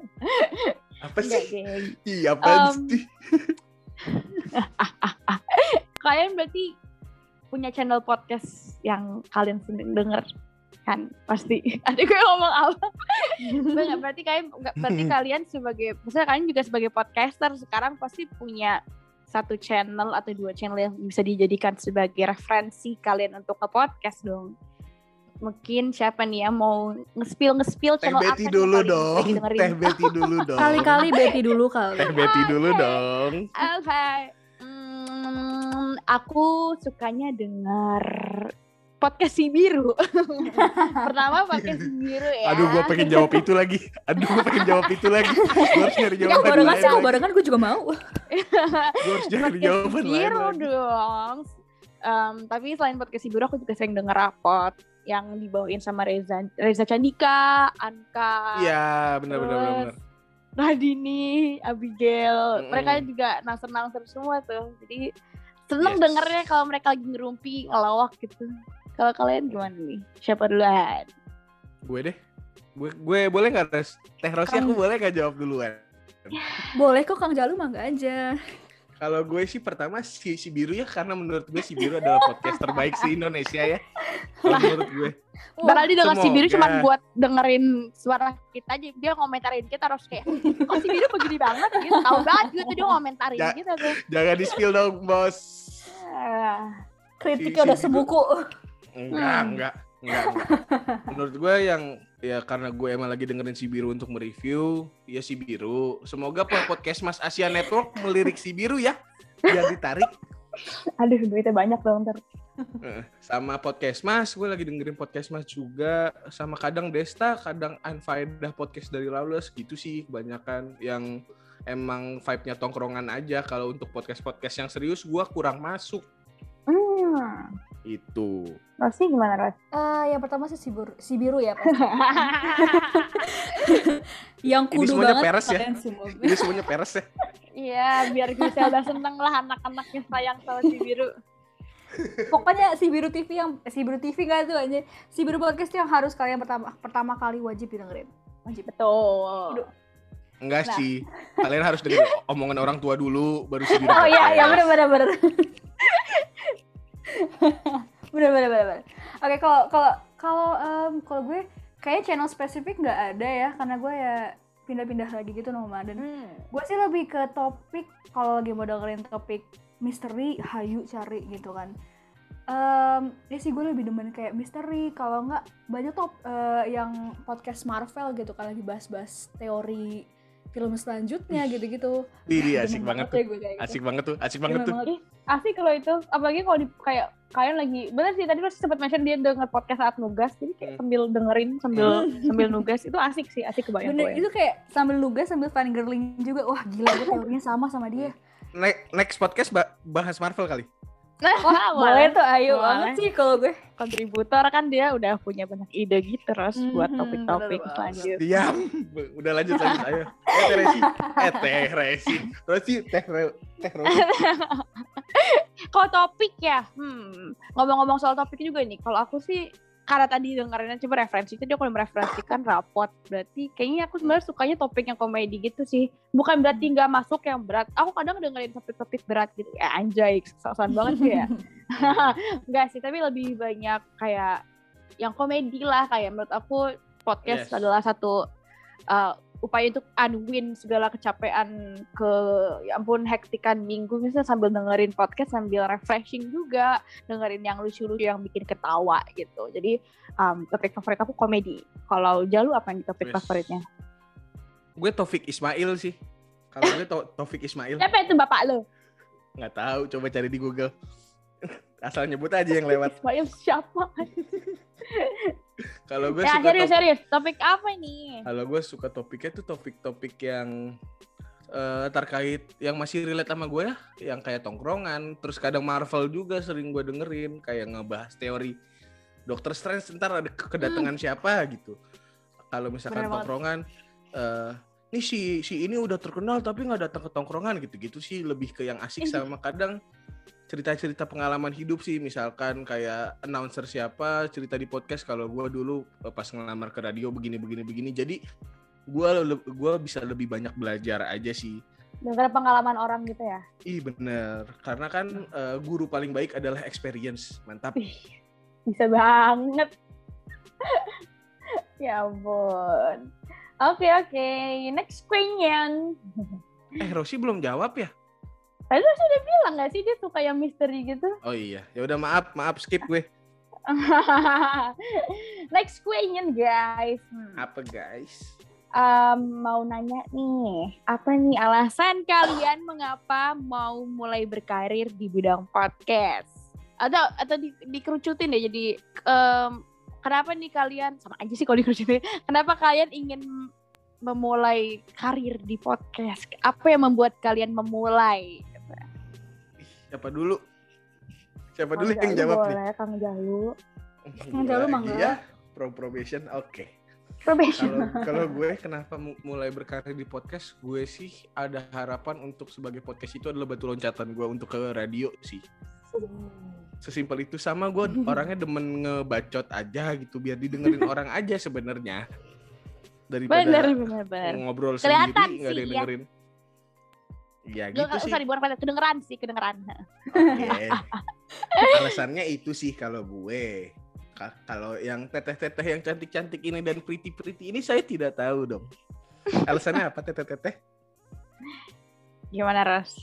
Speaker 3: Apa sih? Iya apa um, sih?
Speaker 1: Kalian berarti punya channel podcast yang kalian sering denger kan pasti. Adik gue ngomong apa? Enggak, berarti kalian berarti kalian sebagai, misalnya kalian juga sebagai podcaster sekarang pasti punya satu channel atau dua channel yang bisa dijadikan sebagai referensi kalian untuk ke podcast dong. Mungkin siapa nih ya mau nge-spill nge-spill channel apa?
Speaker 3: Teh Betty dulu dong. Teh Betty dulu dong.
Speaker 2: Kali-kali Betty dulu kali.
Speaker 3: Teh Betty dulu
Speaker 1: okay.
Speaker 3: dong.
Speaker 1: Oke. Okay. Hmm, aku sukanya dengar podcast si biru. Pertama podcast si biru ya.
Speaker 3: Aduh, gue pengen jawab itu lagi. Aduh, gue pengen jawab itu lagi. Gue harus nyari jawaban lain.
Speaker 2: Barengan sih, barengan gue juga mau.
Speaker 3: Gue harus nyari jawaban lain.
Speaker 1: Biru dong. Um, tapi selain podcast si biru, aku juga sering denger rapot yang dibawain sama Reza, Reza Candika, Anka.
Speaker 3: Iya, benar-benar benar.
Speaker 1: Radini, Abigail, mm. mereka juga naser-naser semua tuh. Jadi seneng yes. dengernya kalau mereka lagi ngerumpi, ngelawak gitu. Kalau kalian gimana nih? Siapa duluan?
Speaker 3: Gue deh. Gue gue boleh nggak Res? Teh Rosi aku boleh nggak jawab duluan?
Speaker 2: Boleh kok, Kang Jalu mah nggak aja.
Speaker 3: Kalau gue sih pertama si, si Biru ya, karena menurut gue si Biru adalah podcast terbaik se Indonesia ya. Kalau menurut gue.
Speaker 1: Padahal dia denger si Biru cuma buat dengerin suara kita aja. Dia ngomentarin kita harus kayak, kok si Biru begini banget gitu. Tahu banget gitu dia ngomentarin ja, gitu tuh.
Speaker 3: Jangan di-spill dong, Bos.
Speaker 2: Kritiknya si, udah si sebuku.
Speaker 3: Enggak, hmm. enggak, enggak, enggak. Menurut gue yang ya karena gue emang lagi dengerin si Biru untuk mereview, ya si Biru. Semoga podcast Mas Asia Network melirik si Biru ya, biar ditarik.
Speaker 1: Aduh, duitnya banyak dong ntar.
Speaker 3: Sama podcast Mas, gue lagi dengerin podcast Mas juga. Sama kadang Desta, kadang Unfaedah podcast dari Lawless gitu sih kebanyakan. Yang emang vibe-nya tongkrongan aja. Kalau untuk podcast-podcast yang serius, gue kurang masuk.
Speaker 1: Hmm.
Speaker 3: Itu.
Speaker 1: Rosi gimana, Ros?
Speaker 2: Uh, yang pertama sih si, bur- si Biru ya pasti. Yang kudu
Speaker 3: ini semuanya
Speaker 2: banget
Speaker 3: peres ya. Ini semuanya peres ya.
Speaker 1: Iya, biar Griselda seneng lah anak-anaknya sayang sama si Biru.
Speaker 2: Pokoknya si Biru T V yang si Biru T V kan tuh aja. Si Biru podcast yang harus kalian pertama pertama kali wajib didengerin. Wajib.
Speaker 1: Betul.
Speaker 2: Aduh.
Speaker 3: Enggak nah. sih. Kalian harus dengerin omongan orang tua dulu baru si Biru.
Speaker 2: Oh iya, iya benar benar benar. bener bener bener. Oke, kalau kalau kalau um, kalau gue kayak channel spesifik nggak ada ya, karena gue ya pindah-pindah lagi gitu nomaden. Hmm. Gue sih lebih ke topik, kalau lagi mau dengerin topik misteri, hayu cari gitu kan. Um, ya sih gue lebih demen kayak misteri, kalau nggak banyak top uh, yang podcast Marvel gitu kan, lagi bahas-bahas teori film selanjutnya gitu-gitu.
Speaker 3: Iya, asik banget tuh. Gitu. Asik banget tuh, asik banget tuh.
Speaker 1: Ih, asik kalau itu. Apalagi kalau di kayak kalian lagi, bener sih tadi lo sempat mention dia denger podcast saat nugas, jadi kayak sambil dengerin sambil sambil nugas itu asik sih, asik kebayang.
Speaker 2: Bener, itu kayak sambil nugas sambil fangirling juga. Wah, gila gue teorinya sama sama dia.
Speaker 3: Next podcast bahas Marvel kali.
Speaker 1: Nah,
Speaker 2: wah, boleh tuh, ayo banget sih kalau gue.
Speaker 1: Kontributor kan dia udah punya banyak ide gitu terus mm-hmm, buat topik-topik selanjutnya.
Speaker 3: Diam, udah lanjut lanjut ayo. Eh Teh Resi, eh Teh Resi, Resi Teh Teh Resi.
Speaker 1: Kalau topik ya, hmm, ngomong-ngomong soal topik juga nih. Kalau aku sih karena tadi dengerinnya coba referensi itu dia kalau mereferensikan rapot, berarti kayaknya aku sebenarnya sukanya topik yang komedi gitu sih, bukan berarti nggak masuk yang berat. Aku kadang dengerin topik-topik berat gitu ya, anjay sosokan banget sih ya. Nggak sih, tapi lebih banyak kayak yang komedi lah. Kayak menurut aku podcast yes. adalah satu uh, upaya untuk unwind segala kecapean ke ya ampun hektikan minggu, misalnya sambil dengerin podcast sambil refreshing juga, dengerin yang lucu-lucu yang bikin ketawa gitu. Jadi um, topik favorit aku komedi. Kalau Jalu apa yang topik yes. favoritnya?
Speaker 3: Gue Taufik Ismail sih. Kalau gue to- Taufik Ismail.
Speaker 1: Siapa itu bapak lo?
Speaker 3: Nggak tahu, coba cari di Google. Asal nyebut aja yang lewat.
Speaker 1: Ismail siapa?
Speaker 3: Kalau gue
Speaker 1: ya,
Speaker 3: suka
Speaker 1: serius,
Speaker 3: top...
Speaker 1: serius. Topik apa nih?
Speaker 3: Kalau gue suka topiknya tuh topik-topik yang uh, terkait yang masih relate sama gue ya, yang kayak tongkrongan. Terus kadang Marvel juga sering gue dengerin, kayak ngebahas teori Doctor Strange ntar ada kedatangan hmm. siapa gitu. Kalau misalkan bener tongkrongan, uh, nih si si ini udah terkenal tapi nggak datang ke tongkrongan gitu-gitu sih, lebih ke yang asik. Sama kadang cerita-cerita pengalaman hidup sih, misalkan kayak announcer siapa cerita di podcast, kalau gue dulu pas ngelamar ke radio begini-begini-begini, jadi gue gue bisa lebih banyak belajar aja sih.
Speaker 1: Dengar pengalaman orang gitu ya?
Speaker 3: Ih bener, karena kan uh, guru paling baik adalah experience, mantap.
Speaker 1: Bisa banget. Ya ampun. Oke okay, oke, okay. Next question.
Speaker 3: Eh Rosi belum jawab ya?
Speaker 1: Tadi lu sudah bilang nggak sih dia suka yang misteri gitu?
Speaker 3: Oh iya, ya udah maaf, maaf skip gue.
Speaker 1: Next question guys.
Speaker 3: Hmm. Apa guys?
Speaker 1: Um, mau nanya nih, apa nih alasan kalian mengapa mau mulai berkarir di bidang podcast? atau atau di, dikerucutin deh jadi um, kenapa nih kalian sama aja sih kalau dikerucutin. Kenapa kalian ingin memulai karir di podcast? Apa yang membuat kalian memulai?
Speaker 3: Siapa dulu? Siapa
Speaker 1: Kang
Speaker 3: dulu yang
Speaker 1: Jalu
Speaker 3: jawab
Speaker 1: boleh,
Speaker 3: nih?
Speaker 1: Kang Jalu.
Speaker 2: Kang Jalu mah enggak.
Speaker 3: Iya, pro probation. Oke. Okay.
Speaker 1: Probation.
Speaker 3: Kalau kalau gue kenapa mulai berkarir di podcast? Gue sih ada harapan untuk sebagai podcast itu adalah batu loncatan gue untuk ke radio sih. Sesimpel itu. Sama gue orangnya demen ngebacot aja gitu biar didengerin orang aja sebenarnya. Daripada
Speaker 1: bener, bener, bener.
Speaker 3: ngobrol
Speaker 1: Kelihatan
Speaker 3: sendiri nggak ada yang
Speaker 1: sih,
Speaker 3: dengerin. Ya
Speaker 1: Gak
Speaker 3: gitu sih.
Speaker 1: usah dibuang pada kedengeran sih, kedengeran.
Speaker 3: Oke. Alasannya itu sih kalau gue. Ka- kalau yang teteh-teteh yang cantik-cantik ini dan pretty-pretty ini saya tidak tahu dong. Alasannya apa teteh-teteh?
Speaker 1: Gimana, Ros?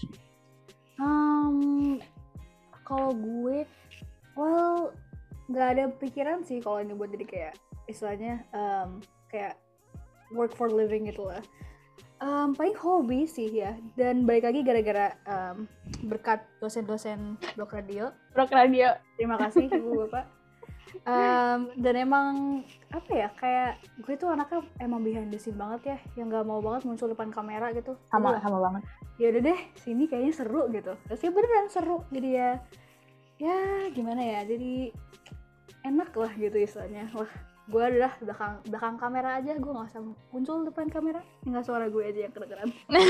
Speaker 2: Um, kalau gue, well, nggak ada pikiran sih kalau ini buat jadi kayak istilahnya um, kayak work for living gitu lah. Um, paling hobi sih ya. Dan balik lagi gara-gara um, berkat dosen-dosen blog radio.
Speaker 1: Blog radio.
Speaker 2: Terima kasih ibu bapak. Um, dan emang apa ya kayak gue tuh anaknya emang behind the scene banget ya, yang nggak mau banget muncul depan kamera gitu.
Speaker 1: Sama,
Speaker 2: Udah,
Speaker 1: sama banget.
Speaker 2: ya udah deh sini kayaknya seru gitu. Terus ya beneran seru, jadi ya ya gimana ya, jadi enak lah gitu istilahnya. Wah gue adalah belakang belakang kamera aja, gue nggak usah muncul depan kamera, tinggal suara gue aja yang kedengeran.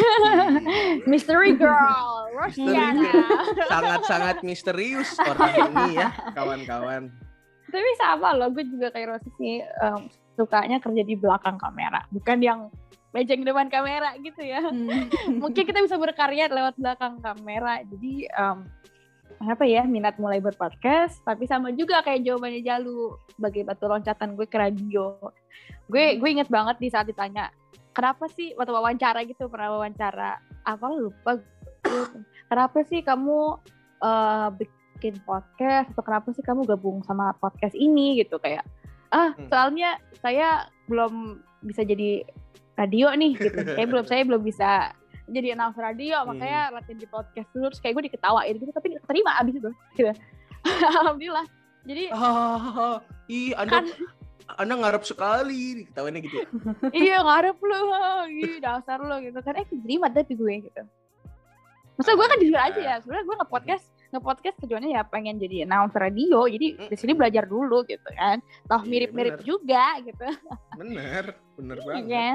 Speaker 1: Mystery girl, Rosiana.
Speaker 3: Sangat-sangat misterius orang ini ya, kawan-kawan.
Speaker 1: Tapi sama loh, gue juga kayak Rosi sih, um, sukanya kerja di belakang kamera, bukan yang mejeng depan kamera gitu ya.
Speaker 2: Hmm.
Speaker 1: Mungkin kita bisa berkarya lewat belakang kamera. Jadi um, apa ya, minat mulai berpodcast, tapi sama juga kayak jawabannya Jalu sebagai batu loncatan gue ke radio. Gue gue inget banget di saat ditanya, kenapa sih waktu wawancara gitu, pernah wawancara apa lupa gue, kenapa sih kamu uh, bikin podcast atau kenapa sih kamu gabung sama podcast ini gitu, kayak ah soalnya saya belum bisa jadi radio nih gitu, kayak belum saya belum bisa jadi announcer radio, makanya hmm. latihan di podcast dulu, terus kayak gue diketawain gitu, tapi terima abis itu gitu. Alhamdulillah. Jadi
Speaker 3: ah, ih anda kan, anda ngarep sekali diketawainnya gitu ya.
Speaker 1: Iya ngarep lu, ih dasar lu gitu kan, eh terima tapi gue gitu. Maksudnya gue kan jujur aja ya, sebenarnya gue nge-podcast nge-podcast tujuannya ya pengen jadi announcer radio, jadi mm-hmm. di sini belajar dulu gitu kan, toh mirip-mirip iya, juga gitu.
Speaker 3: Bener, bener banget.
Speaker 1: Kan?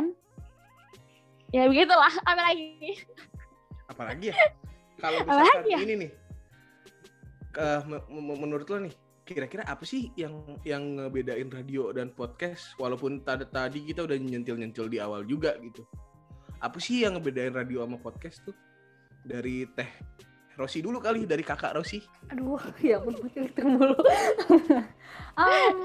Speaker 1: Ya begitulah, apa lagi?
Speaker 3: Apalagi ya? Kalau misalkan ya? Ini nih, uh, m- m- menurut lo nih, kira-kira apa sih yang yang ngebedain radio dan podcast? Walaupun tadi tadi kita udah nyentil-nyentil di awal juga gitu. Apa sih yang ngebedain radio sama podcast tuh? Dari Teh Rosi dulu kali, dari Kakak Rosi.
Speaker 2: Aduh, ya ampun, itu mulu. um,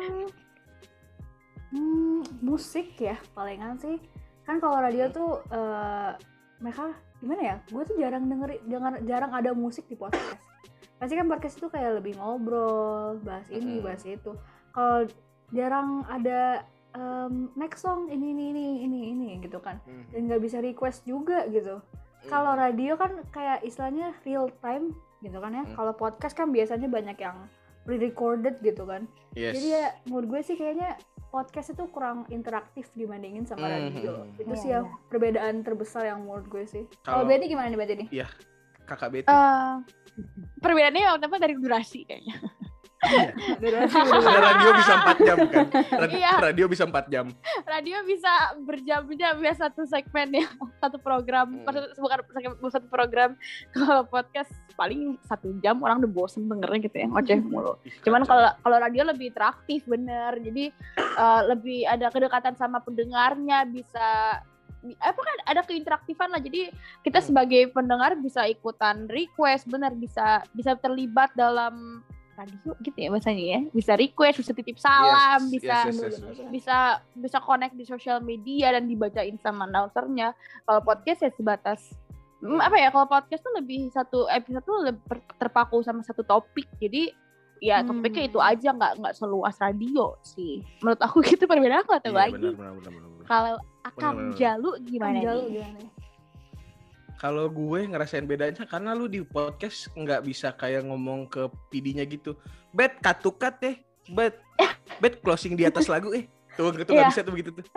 Speaker 2: hmm, musik ya, palingan sih. Kan kalau radio tuh uh, mereka gimana ya? Gue tuh jarang denger, jarang, jarang ada musik di podcast. Pasti kan podcast itu kayak lebih ngobrol, bahas ini, hmm. bahas itu. Kalau jarang ada um, next song ini ini ini ini ini gitu kan, hmm. dan nggak bisa request juga gitu. Kalau radio kan kayak istilahnya real time gitu kan ya. Hmm. Kalau podcast kan biasanya banyak yang pre-recorded gitu kan. Yes. Jadi ya menurut gue sih kayaknya podcast itu kurang interaktif dibandingin sama radio. Hmm. Itu yeah, sih ya yeah. perbedaan terbesar yang menurut gue sih. Kalau Betty gimana nih Betty nih?
Speaker 3: Iya, Kakak Betty.
Speaker 1: Uh, perbedaannya yang pertama dari durasi kayaknya.
Speaker 3: Iya. Radio bisa empat jam kan? Radio, iya. radio bisa empat jam.
Speaker 1: Radio bisa berjam-jam ya satu segmen ya, satu program. Hmm. Maksudnya bukan satu program. Kalau podcast paling satu jam, orang udah bosen dengernya gitu ya, ngoceh mulu. Cuman kalau kalau radio lebih interaktif bener. Jadi uh, lebih ada kedekatan sama pendengarnya, bisa apa kan ada keinteraktifan lah. Jadi kita sebagai pendengar bisa ikutan request, bener bisa bisa terlibat dalam radio gitu ya bahasanya ya, bisa request, bisa titip salam, yes, bisa yes, yes, yes, yes. bisa bisa connect di sosial media dan dibacain sama announcernya. Kalau podcast ya sebatas hmm, apa ya, kalau podcast tuh lebih satu episode tuh lebih terpaku sama satu topik, jadi ya hmm. topiknya itu aja, nggak nggak seluas radio sih menurut aku gitu. Perbedaan aku atau iya, lagi kalau Akang Jalu gimana
Speaker 2: Jalu
Speaker 1: nih?
Speaker 2: Gimana?
Speaker 3: Kalau gue ngerasain bedanya karena lu di podcast nggak bisa kayak ngomong ke P D-nya gitu. Bet cut-cut deh, bet, bet closing di atas lagu eh. Tuh itu nggak
Speaker 1: Iya.
Speaker 3: bisa tuh begitu tuh.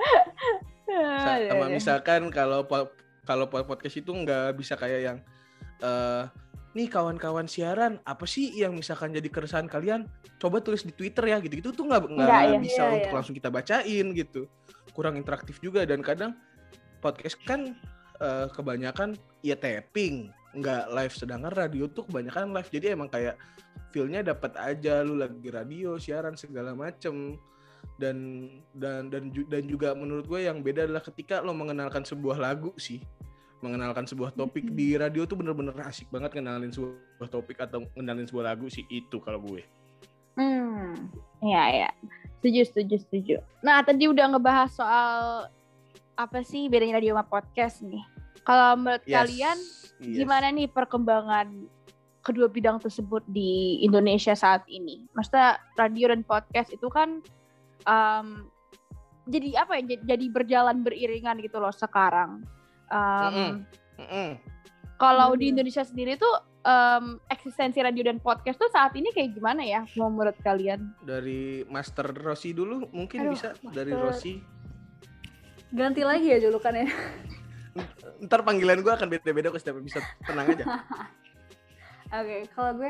Speaker 3: Sama misalkan kalau kalau podcast itu nggak bisa kayak yang uh, nih kawan-kawan siaran apa sih yang misalkan jadi keresahan kalian coba tulis di Twitter ya gitu-gitu tuh nggak nggak
Speaker 1: ya.
Speaker 3: bisa
Speaker 2: Iya,
Speaker 3: untuk
Speaker 2: iya.
Speaker 3: langsung kita bacain gitu, kurang interaktif juga. Dan kadang podcast kan uh, kebanyakan ya tapping nggak live, sedangkan radio tuh kebanyakan live, jadi emang kayak feel-nya dapat aja lu lagi radio siaran segala macem. Dan dan dan dan juga menurut gue yang beda adalah ketika lo mengenalkan sebuah lagu sih, mengenalkan sebuah topik mm-hmm. di radio tuh bener-bener asik banget kenalin sebuah topik atau kenalin sebuah lagu sih, itu kalau gue.
Speaker 1: Hmm, ya ya, setuju setuju setuju. Nah tadi udah ngebahas soal apa sih bedanya radio sama podcast nih. Kalau menurut
Speaker 3: yes.
Speaker 1: kalian
Speaker 3: yes.
Speaker 1: gimana nih perkembangan kedua bidang tersebut di Indonesia saat ini? Maksudnya radio dan podcast itu kan Um, jadi apa ya? Jadi berjalan beriringan gitu loh sekarang. Um,
Speaker 3: Mm-mm. Mm-mm.
Speaker 1: Kalau di Indonesia sendiri tuh um, eksistensi radio dan podcast tuh saat ini kayak gimana ya? Menurut kalian?
Speaker 3: Dari Master Rossi dulu mungkin. Aduh, bisa Master... dari Rossi.
Speaker 2: Ganti lagi ya julukannya.
Speaker 3: Ntar panggilan gue akan beda-beda ke setiap episode. Tenang aja.
Speaker 2: Oke, okay, kalau gue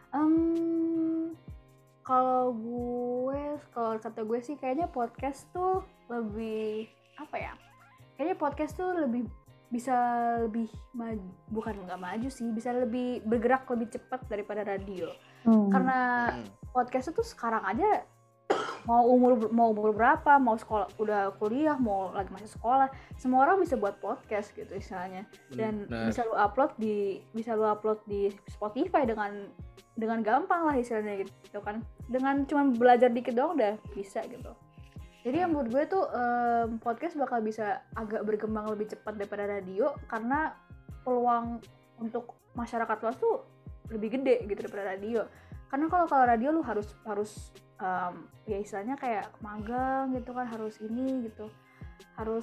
Speaker 2: um... Kalau gue, kalau kata gue sih kayaknya podcast tuh lebih apa ya? Kayaknya podcast tuh lebih bisa lebih maju, bukan nggak maju sih, bisa lebih bergerak lebih cepat daripada radio. Hmm. Karena podcast itu sekarang aja mau umur mau umur berapa, mau sekolah, udah kuliah, mau lagi masih sekolah, semua orang bisa buat podcast gitu istilahnya. Dan Benar. bisa lu upload di bisa lu upload di Spotify dengan dengan gampang lah istilahnya gitu kan, dengan cuma belajar dikit doang udah bisa gitu. Jadi yang menurut gue tuh um, podcast bakal bisa agak berkembang lebih cepat daripada radio karena peluang untuk masyarakat luas tuh lebih gede gitu daripada radio. Karena kalau kalau radio lu harus harus um, ya istilahnya kayak magang gitu kan, harus ini gitu, harus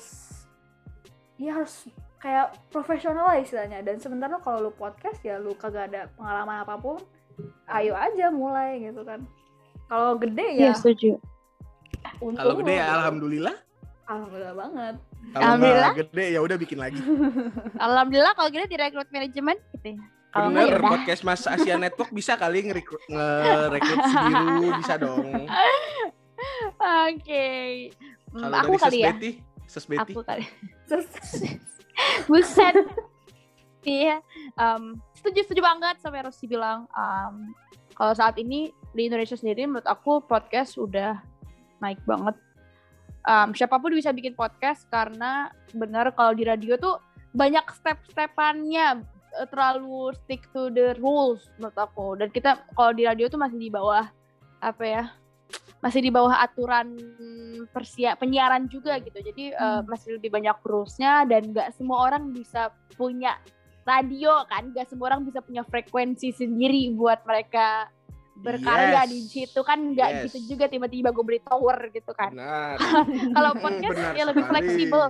Speaker 2: ya harus kayak profesional lah istilahnya. Dan sementara kalau lu podcast ya lu kagak ada pengalaman apapun, ayo aja mulai gitu kan. Kalau gede ya,
Speaker 1: ya setuju.
Speaker 3: Kalau gede ya alhamdulillah.
Speaker 2: Alhamdulillah banget.
Speaker 3: Kalau nggak gede ya udah bikin lagi.
Speaker 1: Alhamdulillah kalau gede direkrut manajemen gitu ya. Kalau
Speaker 3: bener, podcast Mas Asia Network bisa kali ngerekrut ngerekrut si Biru, bisa dong.
Speaker 1: Oke. Okay.
Speaker 3: Kalau
Speaker 1: aku
Speaker 3: dari
Speaker 1: kali ya.
Speaker 3: Sesbeti, Sesbeti.
Speaker 1: Aku kali. Buset. Iya. Um, setuju setuju banget sama yang Rossi bilang. Um, kalau saat ini di Indonesia sendiri menurut aku podcast udah naik banget. Um, siapapun bisa bikin podcast karena benar kalau di radio tuh banyak step-stepannya, terlalu stick to the rules menurut aku. Dan kita kalau di radio tuh masih di bawah apa ya, masih di bawah aturan persia penyiaran juga gitu. Jadi hmm. uh, masih lebih banyak rulesnya dan nggak semua orang bisa punya radio kan, nggak semua orang bisa punya frekuensi sendiri buat mereka berkarya yes. di situ kan, nggak yes. gitu juga tiba-tiba gue beli tower gitu kan. Kalau podcast Benar ya lebih fleksibel.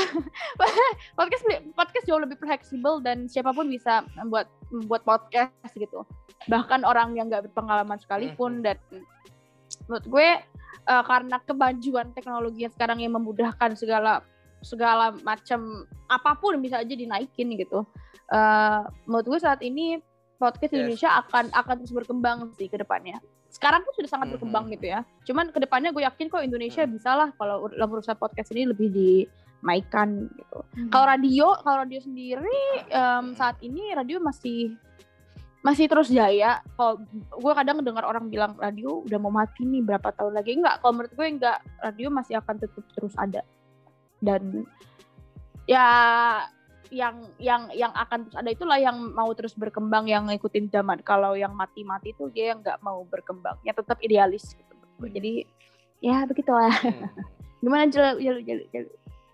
Speaker 1: podcast podcast jauh lebih fleksibel dan siapapun bisa membuat membuat podcast gitu, bahkan orang yang nggak berpengalaman sekalipun. Dan menurut gue uh, karena kemajuan teknologi yang sekarang yang memudahkan segala segala macam apapun bisa aja dinaikin gitu. Uh, menurut gue saat ini podcast yes. Indonesia akan akan terus berkembang sih ke depannya. Sekarang pun sudah sangat berkembang mm-hmm. gitu ya. Cuman ke depannya gue yakin kok Indonesia mm-hmm. bisa lah kalau dalam urusan podcast ini lebih di mainkan gitu. Hmm. Kalau radio, kalau radio sendiri um, saat ini radio masih masih terus jaya. Kalau gue kadang dengar orang bilang radio udah mau mati nih berapa tahun lagi. Enggak, kalau menurut gue enggak, radio masih akan tetap terus ada. Dan ya yang yang yang akan terus ada itulah yang mau terus berkembang, yang ngikutin zaman. Kalau yang mati-mati itu dia yang nggak mau berkembang, ya tetap idealis gitu. Hmm. Jadi ya begitulah. Hmm. Gimana Jalu Jalu Jalu Jalu?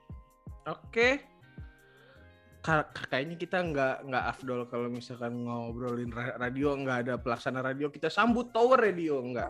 Speaker 3: Oke, kayaknya kita nggak nggak afdol kalau misalkan ngobrolin radio, nggak ada pelaksana radio, kita sambut tower radio nggak?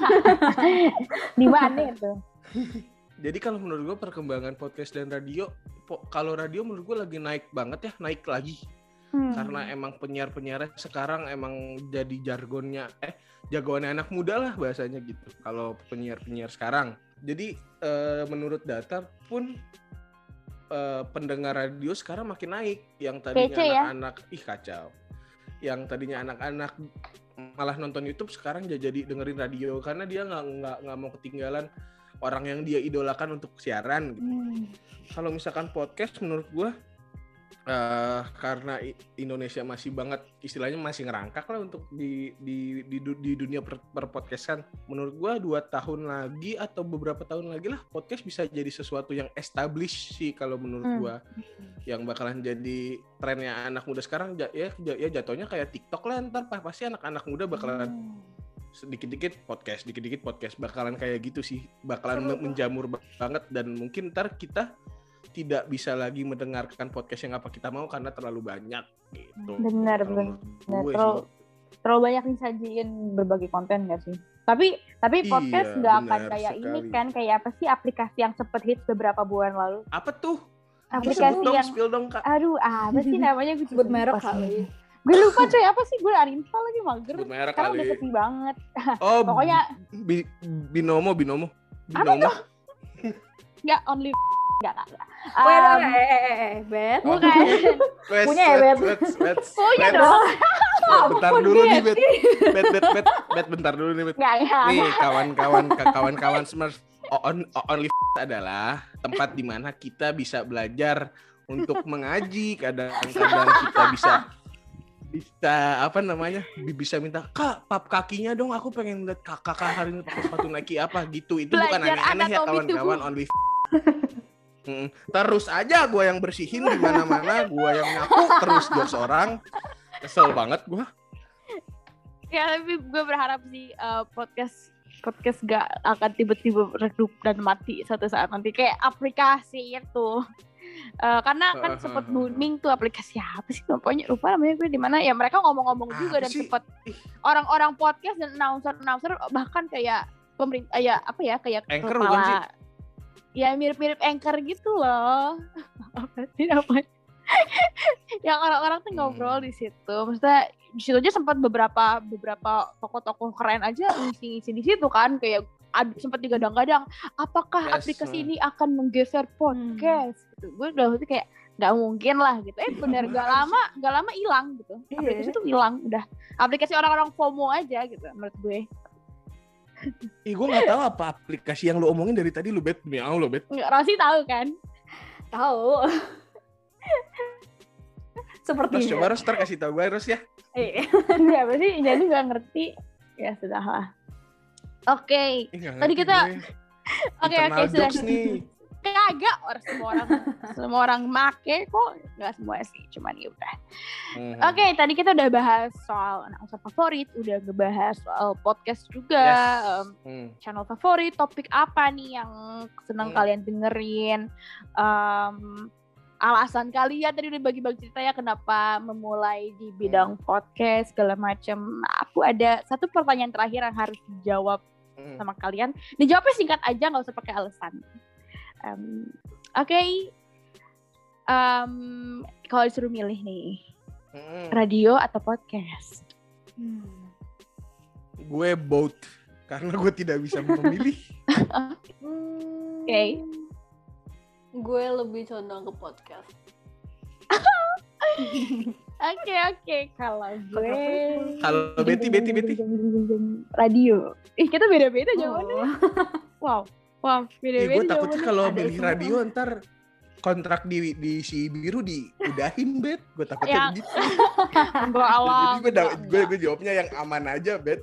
Speaker 1: Di mana itu?
Speaker 3: Jadi kalau menurut gue perkembangan podcast dan radio, po- kalau radio menurut gue lagi naik banget ya, naik lagi. Hmm. Karena emang penyiar-penyiar sekarang emang jadi jargonnya eh jagoannya anak muda lah bahasanya gitu. Kalau penyiar-penyiar sekarang. Jadi uh, menurut data pun uh, pendengar radio sekarang makin naik. Yang tadinya Kece, anak-anak ya? ih kacau. Yang tadinya anak-anak malah nonton YouTube sekarang jadi dengerin radio karena dia nggak nggak nggak mau ketinggalan orang yang dia idolakan untuk siaran gitu. Hmm. Kalau misalkan podcast menurut gue uh, karena Indonesia masih banget istilahnya masih ngerangkak lah untuk di di di, di dunia per, per podcastan. Menurut gue dua tahun lagi atau beberapa tahun lagi lah podcast bisa jadi sesuatu yang established sih kalau menurut hmm. gue. Yang bakalan jadi trennya anak muda sekarang ya ya jatuhnya kayak TikTok lah ntar pasti anak-anak muda bakalan hmm. sedikit-dikit podcast, sedikit-dikit podcast bakalan kayak gitu sih, bakalan Seru. menjamur banget dan mungkin ntar kita tidak bisa lagi mendengarkan podcast yang apa kita mau karena terlalu banyak gitu.
Speaker 1: Benar, benar. Terlalu, terlalu banyak disajiin berbagai konten nggak sih? Tapi tapi podcast nggak iya, akan kayak sekali. Ini kan kayak apa sih aplikasi yang sempet hits beberapa bulan lalu?
Speaker 3: Apa tuh?
Speaker 1: Aplikasi
Speaker 3: dong,
Speaker 1: yang
Speaker 3: spill dong, Kak.
Speaker 1: Aduh, apa sih namanya gue
Speaker 2: sebut merek kali.
Speaker 1: Gue lupa coy, apa sih? Gue uninstall lagi mager. Karena
Speaker 3: kali.
Speaker 1: udah sepi banget.
Speaker 3: Oh,
Speaker 1: pokoknya
Speaker 3: bi, binomo, binomo. Binomo.
Speaker 1: Enggak only enggak enggak.
Speaker 2: Wait, um, eh eh eh, Bet.
Speaker 1: Bukan.
Speaker 2: Punya ya, Bet.
Speaker 1: Punya dong.
Speaker 3: Bentar dulu nih, Bet. Bet, Bet, Bet, Bet, bentar dulu nih, Bet. Nih, kawan-kawan kawan-kawan Smurf. On, only adalah tempat di mana kita bisa belajar untuk mengaji, kadang-kadang kita bisa bisa apa namanya bisa minta kak pap kakinya dong, aku pengen lihat kakak hari ini pakai sepatu Nike apa gitu. Itu belajar bukan aneh-aneh ya kawan-kawan only hmm, terus aja gue yang bersihin di mana-mana, gue yang nyapu terus jokes orang, kesel banget gue.
Speaker 1: Ya tapi gue berharap sih uh, podcast podcast gak akan tiba-tiba redup dan mati suatu saat nanti kayak aplikasi itu uh, karena kan sempat booming tuh aplikasi apa sih pokoknya lupa namanya gue di mana ya, mereka ngomong-ngomong ah, juga dan sempat orang-orang podcast dan announcer-announcer bahkan kayak pemerintah ya apa ya kayak
Speaker 3: Anchor bukan sih?
Speaker 1: Ya mirip-mirip Anchor gitu loh. Apa sih namanya? Yang orang-orang tuh ngobrol hmm. di situ, maksudnya di situ aja sempat beberapa beberapa tokoh-tokoh keren aja ngisi-ngisi di situ kan, kayak sempat digadang-gadang apakah yes. aplikasi ini akan menggeser podcast hmm. gitu. Gue udah berarti kayak nggak mungkin lah gitu. Eh benar gak lama gak lama hilang gitu. Yeah. Aplikasi itu hilang udah. Aplikasi orang-orang FOMO aja gitu menurut gue.
Speaker 3: Ih gue nggak tahu apa aplikasi yang lu omongin dari tadi lu Bet, demi Allah Bet.
Speaker 1: Nggak, Rosi tahu kan?
Speaker 2: Tahu. Seperti
Speaker 3: Ros, coba Ros, ntar kasih tau gue Ros ya.
Speaker 1: Iya, iya apa sih? Jadi gak ngerti. Ya sudah lah. Oke. Okay. Tadi kita Oke oke okay, sudah. Nih. Kagak orang semua orang semua orang make kok, nggak semua sih, cuman ya udah. Hmm. Oke, okay, tadi kita udah bahas soal announcer favorit, udah ngebahas soal podcast juga, yes. um, hmm. channel favorit, topik apa nih yang senang hmm. kalian dengerin, um, alasan kalian tadi udah bagi-bagi cerita ya kenapa memulai di bidang hmm. podcast segala macam. Aku ada satu pertanyaan terakhir yang harus dijawab hmm. sama kalian. Dijawabnya singkat aja, nggak usah pakai alasan. Um, Oke, okay. um, kalau disuruh milih nih, hmm. radio atau podcast?
Speaker 3: Hmm. Gue both, karena gue tidak bisa memilih.
Speaker 1: Oke. Okay.
Speaker 2: Gue lebih condong ke podcast.
Speaker 1: Oke oke, kalau gue,
Speaker 3: kalau Betty Betty Betty,
Speaker 1: radio. Ih kita beda-beda jawabannya. Oh. Wow. Wah, beda-beda.
Speaker 3: Gue takutnya kalau milih radio ntar kontrak di di si biru diudahin, Bet. Gue takutnya
Speaker 1: begitu. Enggak awal.
Speaker 3: Jadi gue, gue gue jawabnya yang aman aja, Bet.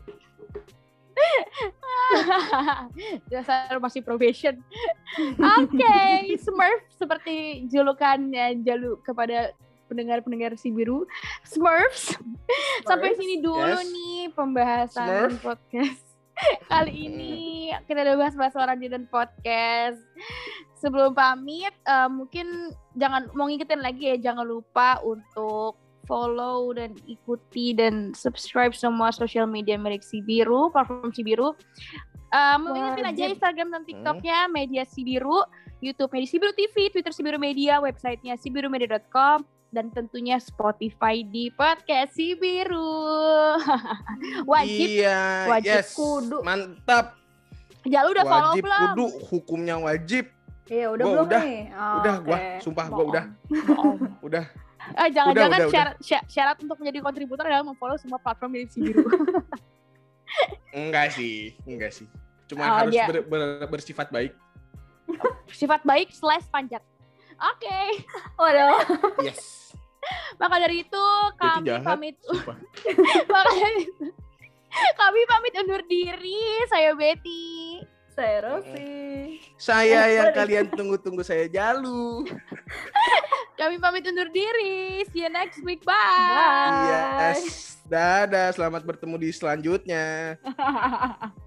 Speaker 1: Dasar masih probation. Oke, okay. Smurf seperti julukannya Jalu kepada pendengar-pendengar si biru. Smurfs. Smurfs. Sampai sini dulu yes. nih pembahasan Smurf. Podcast. Kali ini kita udah bahas-bahas radio dan podcast. Sebelum pamit, uh, mungkin jangan mau ngikutin lagi ya, jangan lupa untuk follow dan ikuti dan subscribe semua sosial media milik Sibiru, platform Sibiru. Uh, mau ingetin aja Instagram dan TikToknya Media Sibiru, YouTube Media Sibiru T V, Twitter Sibiru Media, websitenya sibirumedia dot com, dan tentunya Spotify di Podcast Si Biru. Wajib.
Speaker 3: Iya,
Speaker 1: wajib
Speaker 3: yes.
Speaker 1: kudu.
Speaker 3: Mantap.
Speaker 1: Jalu udah follow
Speaker 3: Wajib
Speaker 1: belum?
Speaker 3: kudu, hukumnya wajib.
Speaker 2: Iya, udah
Speaker 3: Gua
Speaker 2: belum
Speaker 3: udah.
Speaker 2: nih? Oh,
Speaker 3: Udah gua,
Speaker 2: oke.
Speaker 3: sumpah gua
Speaker 1: Bohong.
Speaker 3: udah.
Speaker 1: Bohong.
Speaker 3: Udah.
Speaker 1: Eh, jangan-jangan
Speaker 3: Udah, udah,
Speaker 1: syarat, syarat, syarat untuk menjadi kontributor adalah memfollow semua platform milik Si Biru.
Speaker 3: Enggak sih, enggak sih. Cuma
Speaker 1: Oh,
Speaker 3: harus
Speaker 1: dia-
Speaker 3: ber- ber- bersifat baik.
Speaker 1: Sifat baik slash panjat. Oke.
Speaker 2: Waduh.
Speaker 3: Yes.
Speaker 1: Maka dari itu kami
Speaker 3: jahat,
Speaker 1: pamit.
Speaker 3: sumpah.
Speaker 1: Maka dari itu, kami pamit undur diri. Saya Betty.
Speaker 2: Saya Rosi.
Speaker 3: Saya
Speaker 2: Eh,
Speaker 3: yang
Speaker 2: sorry.
Speaker 3: kalian tunggu-tunggu, saya Jalu.
Speaker 1: Kami pamit undur diri. See you next week. Bye.
Speaker 2: Bye.
Speaker 3: Yes. Dadah, selamat bertemu di selanjutnya.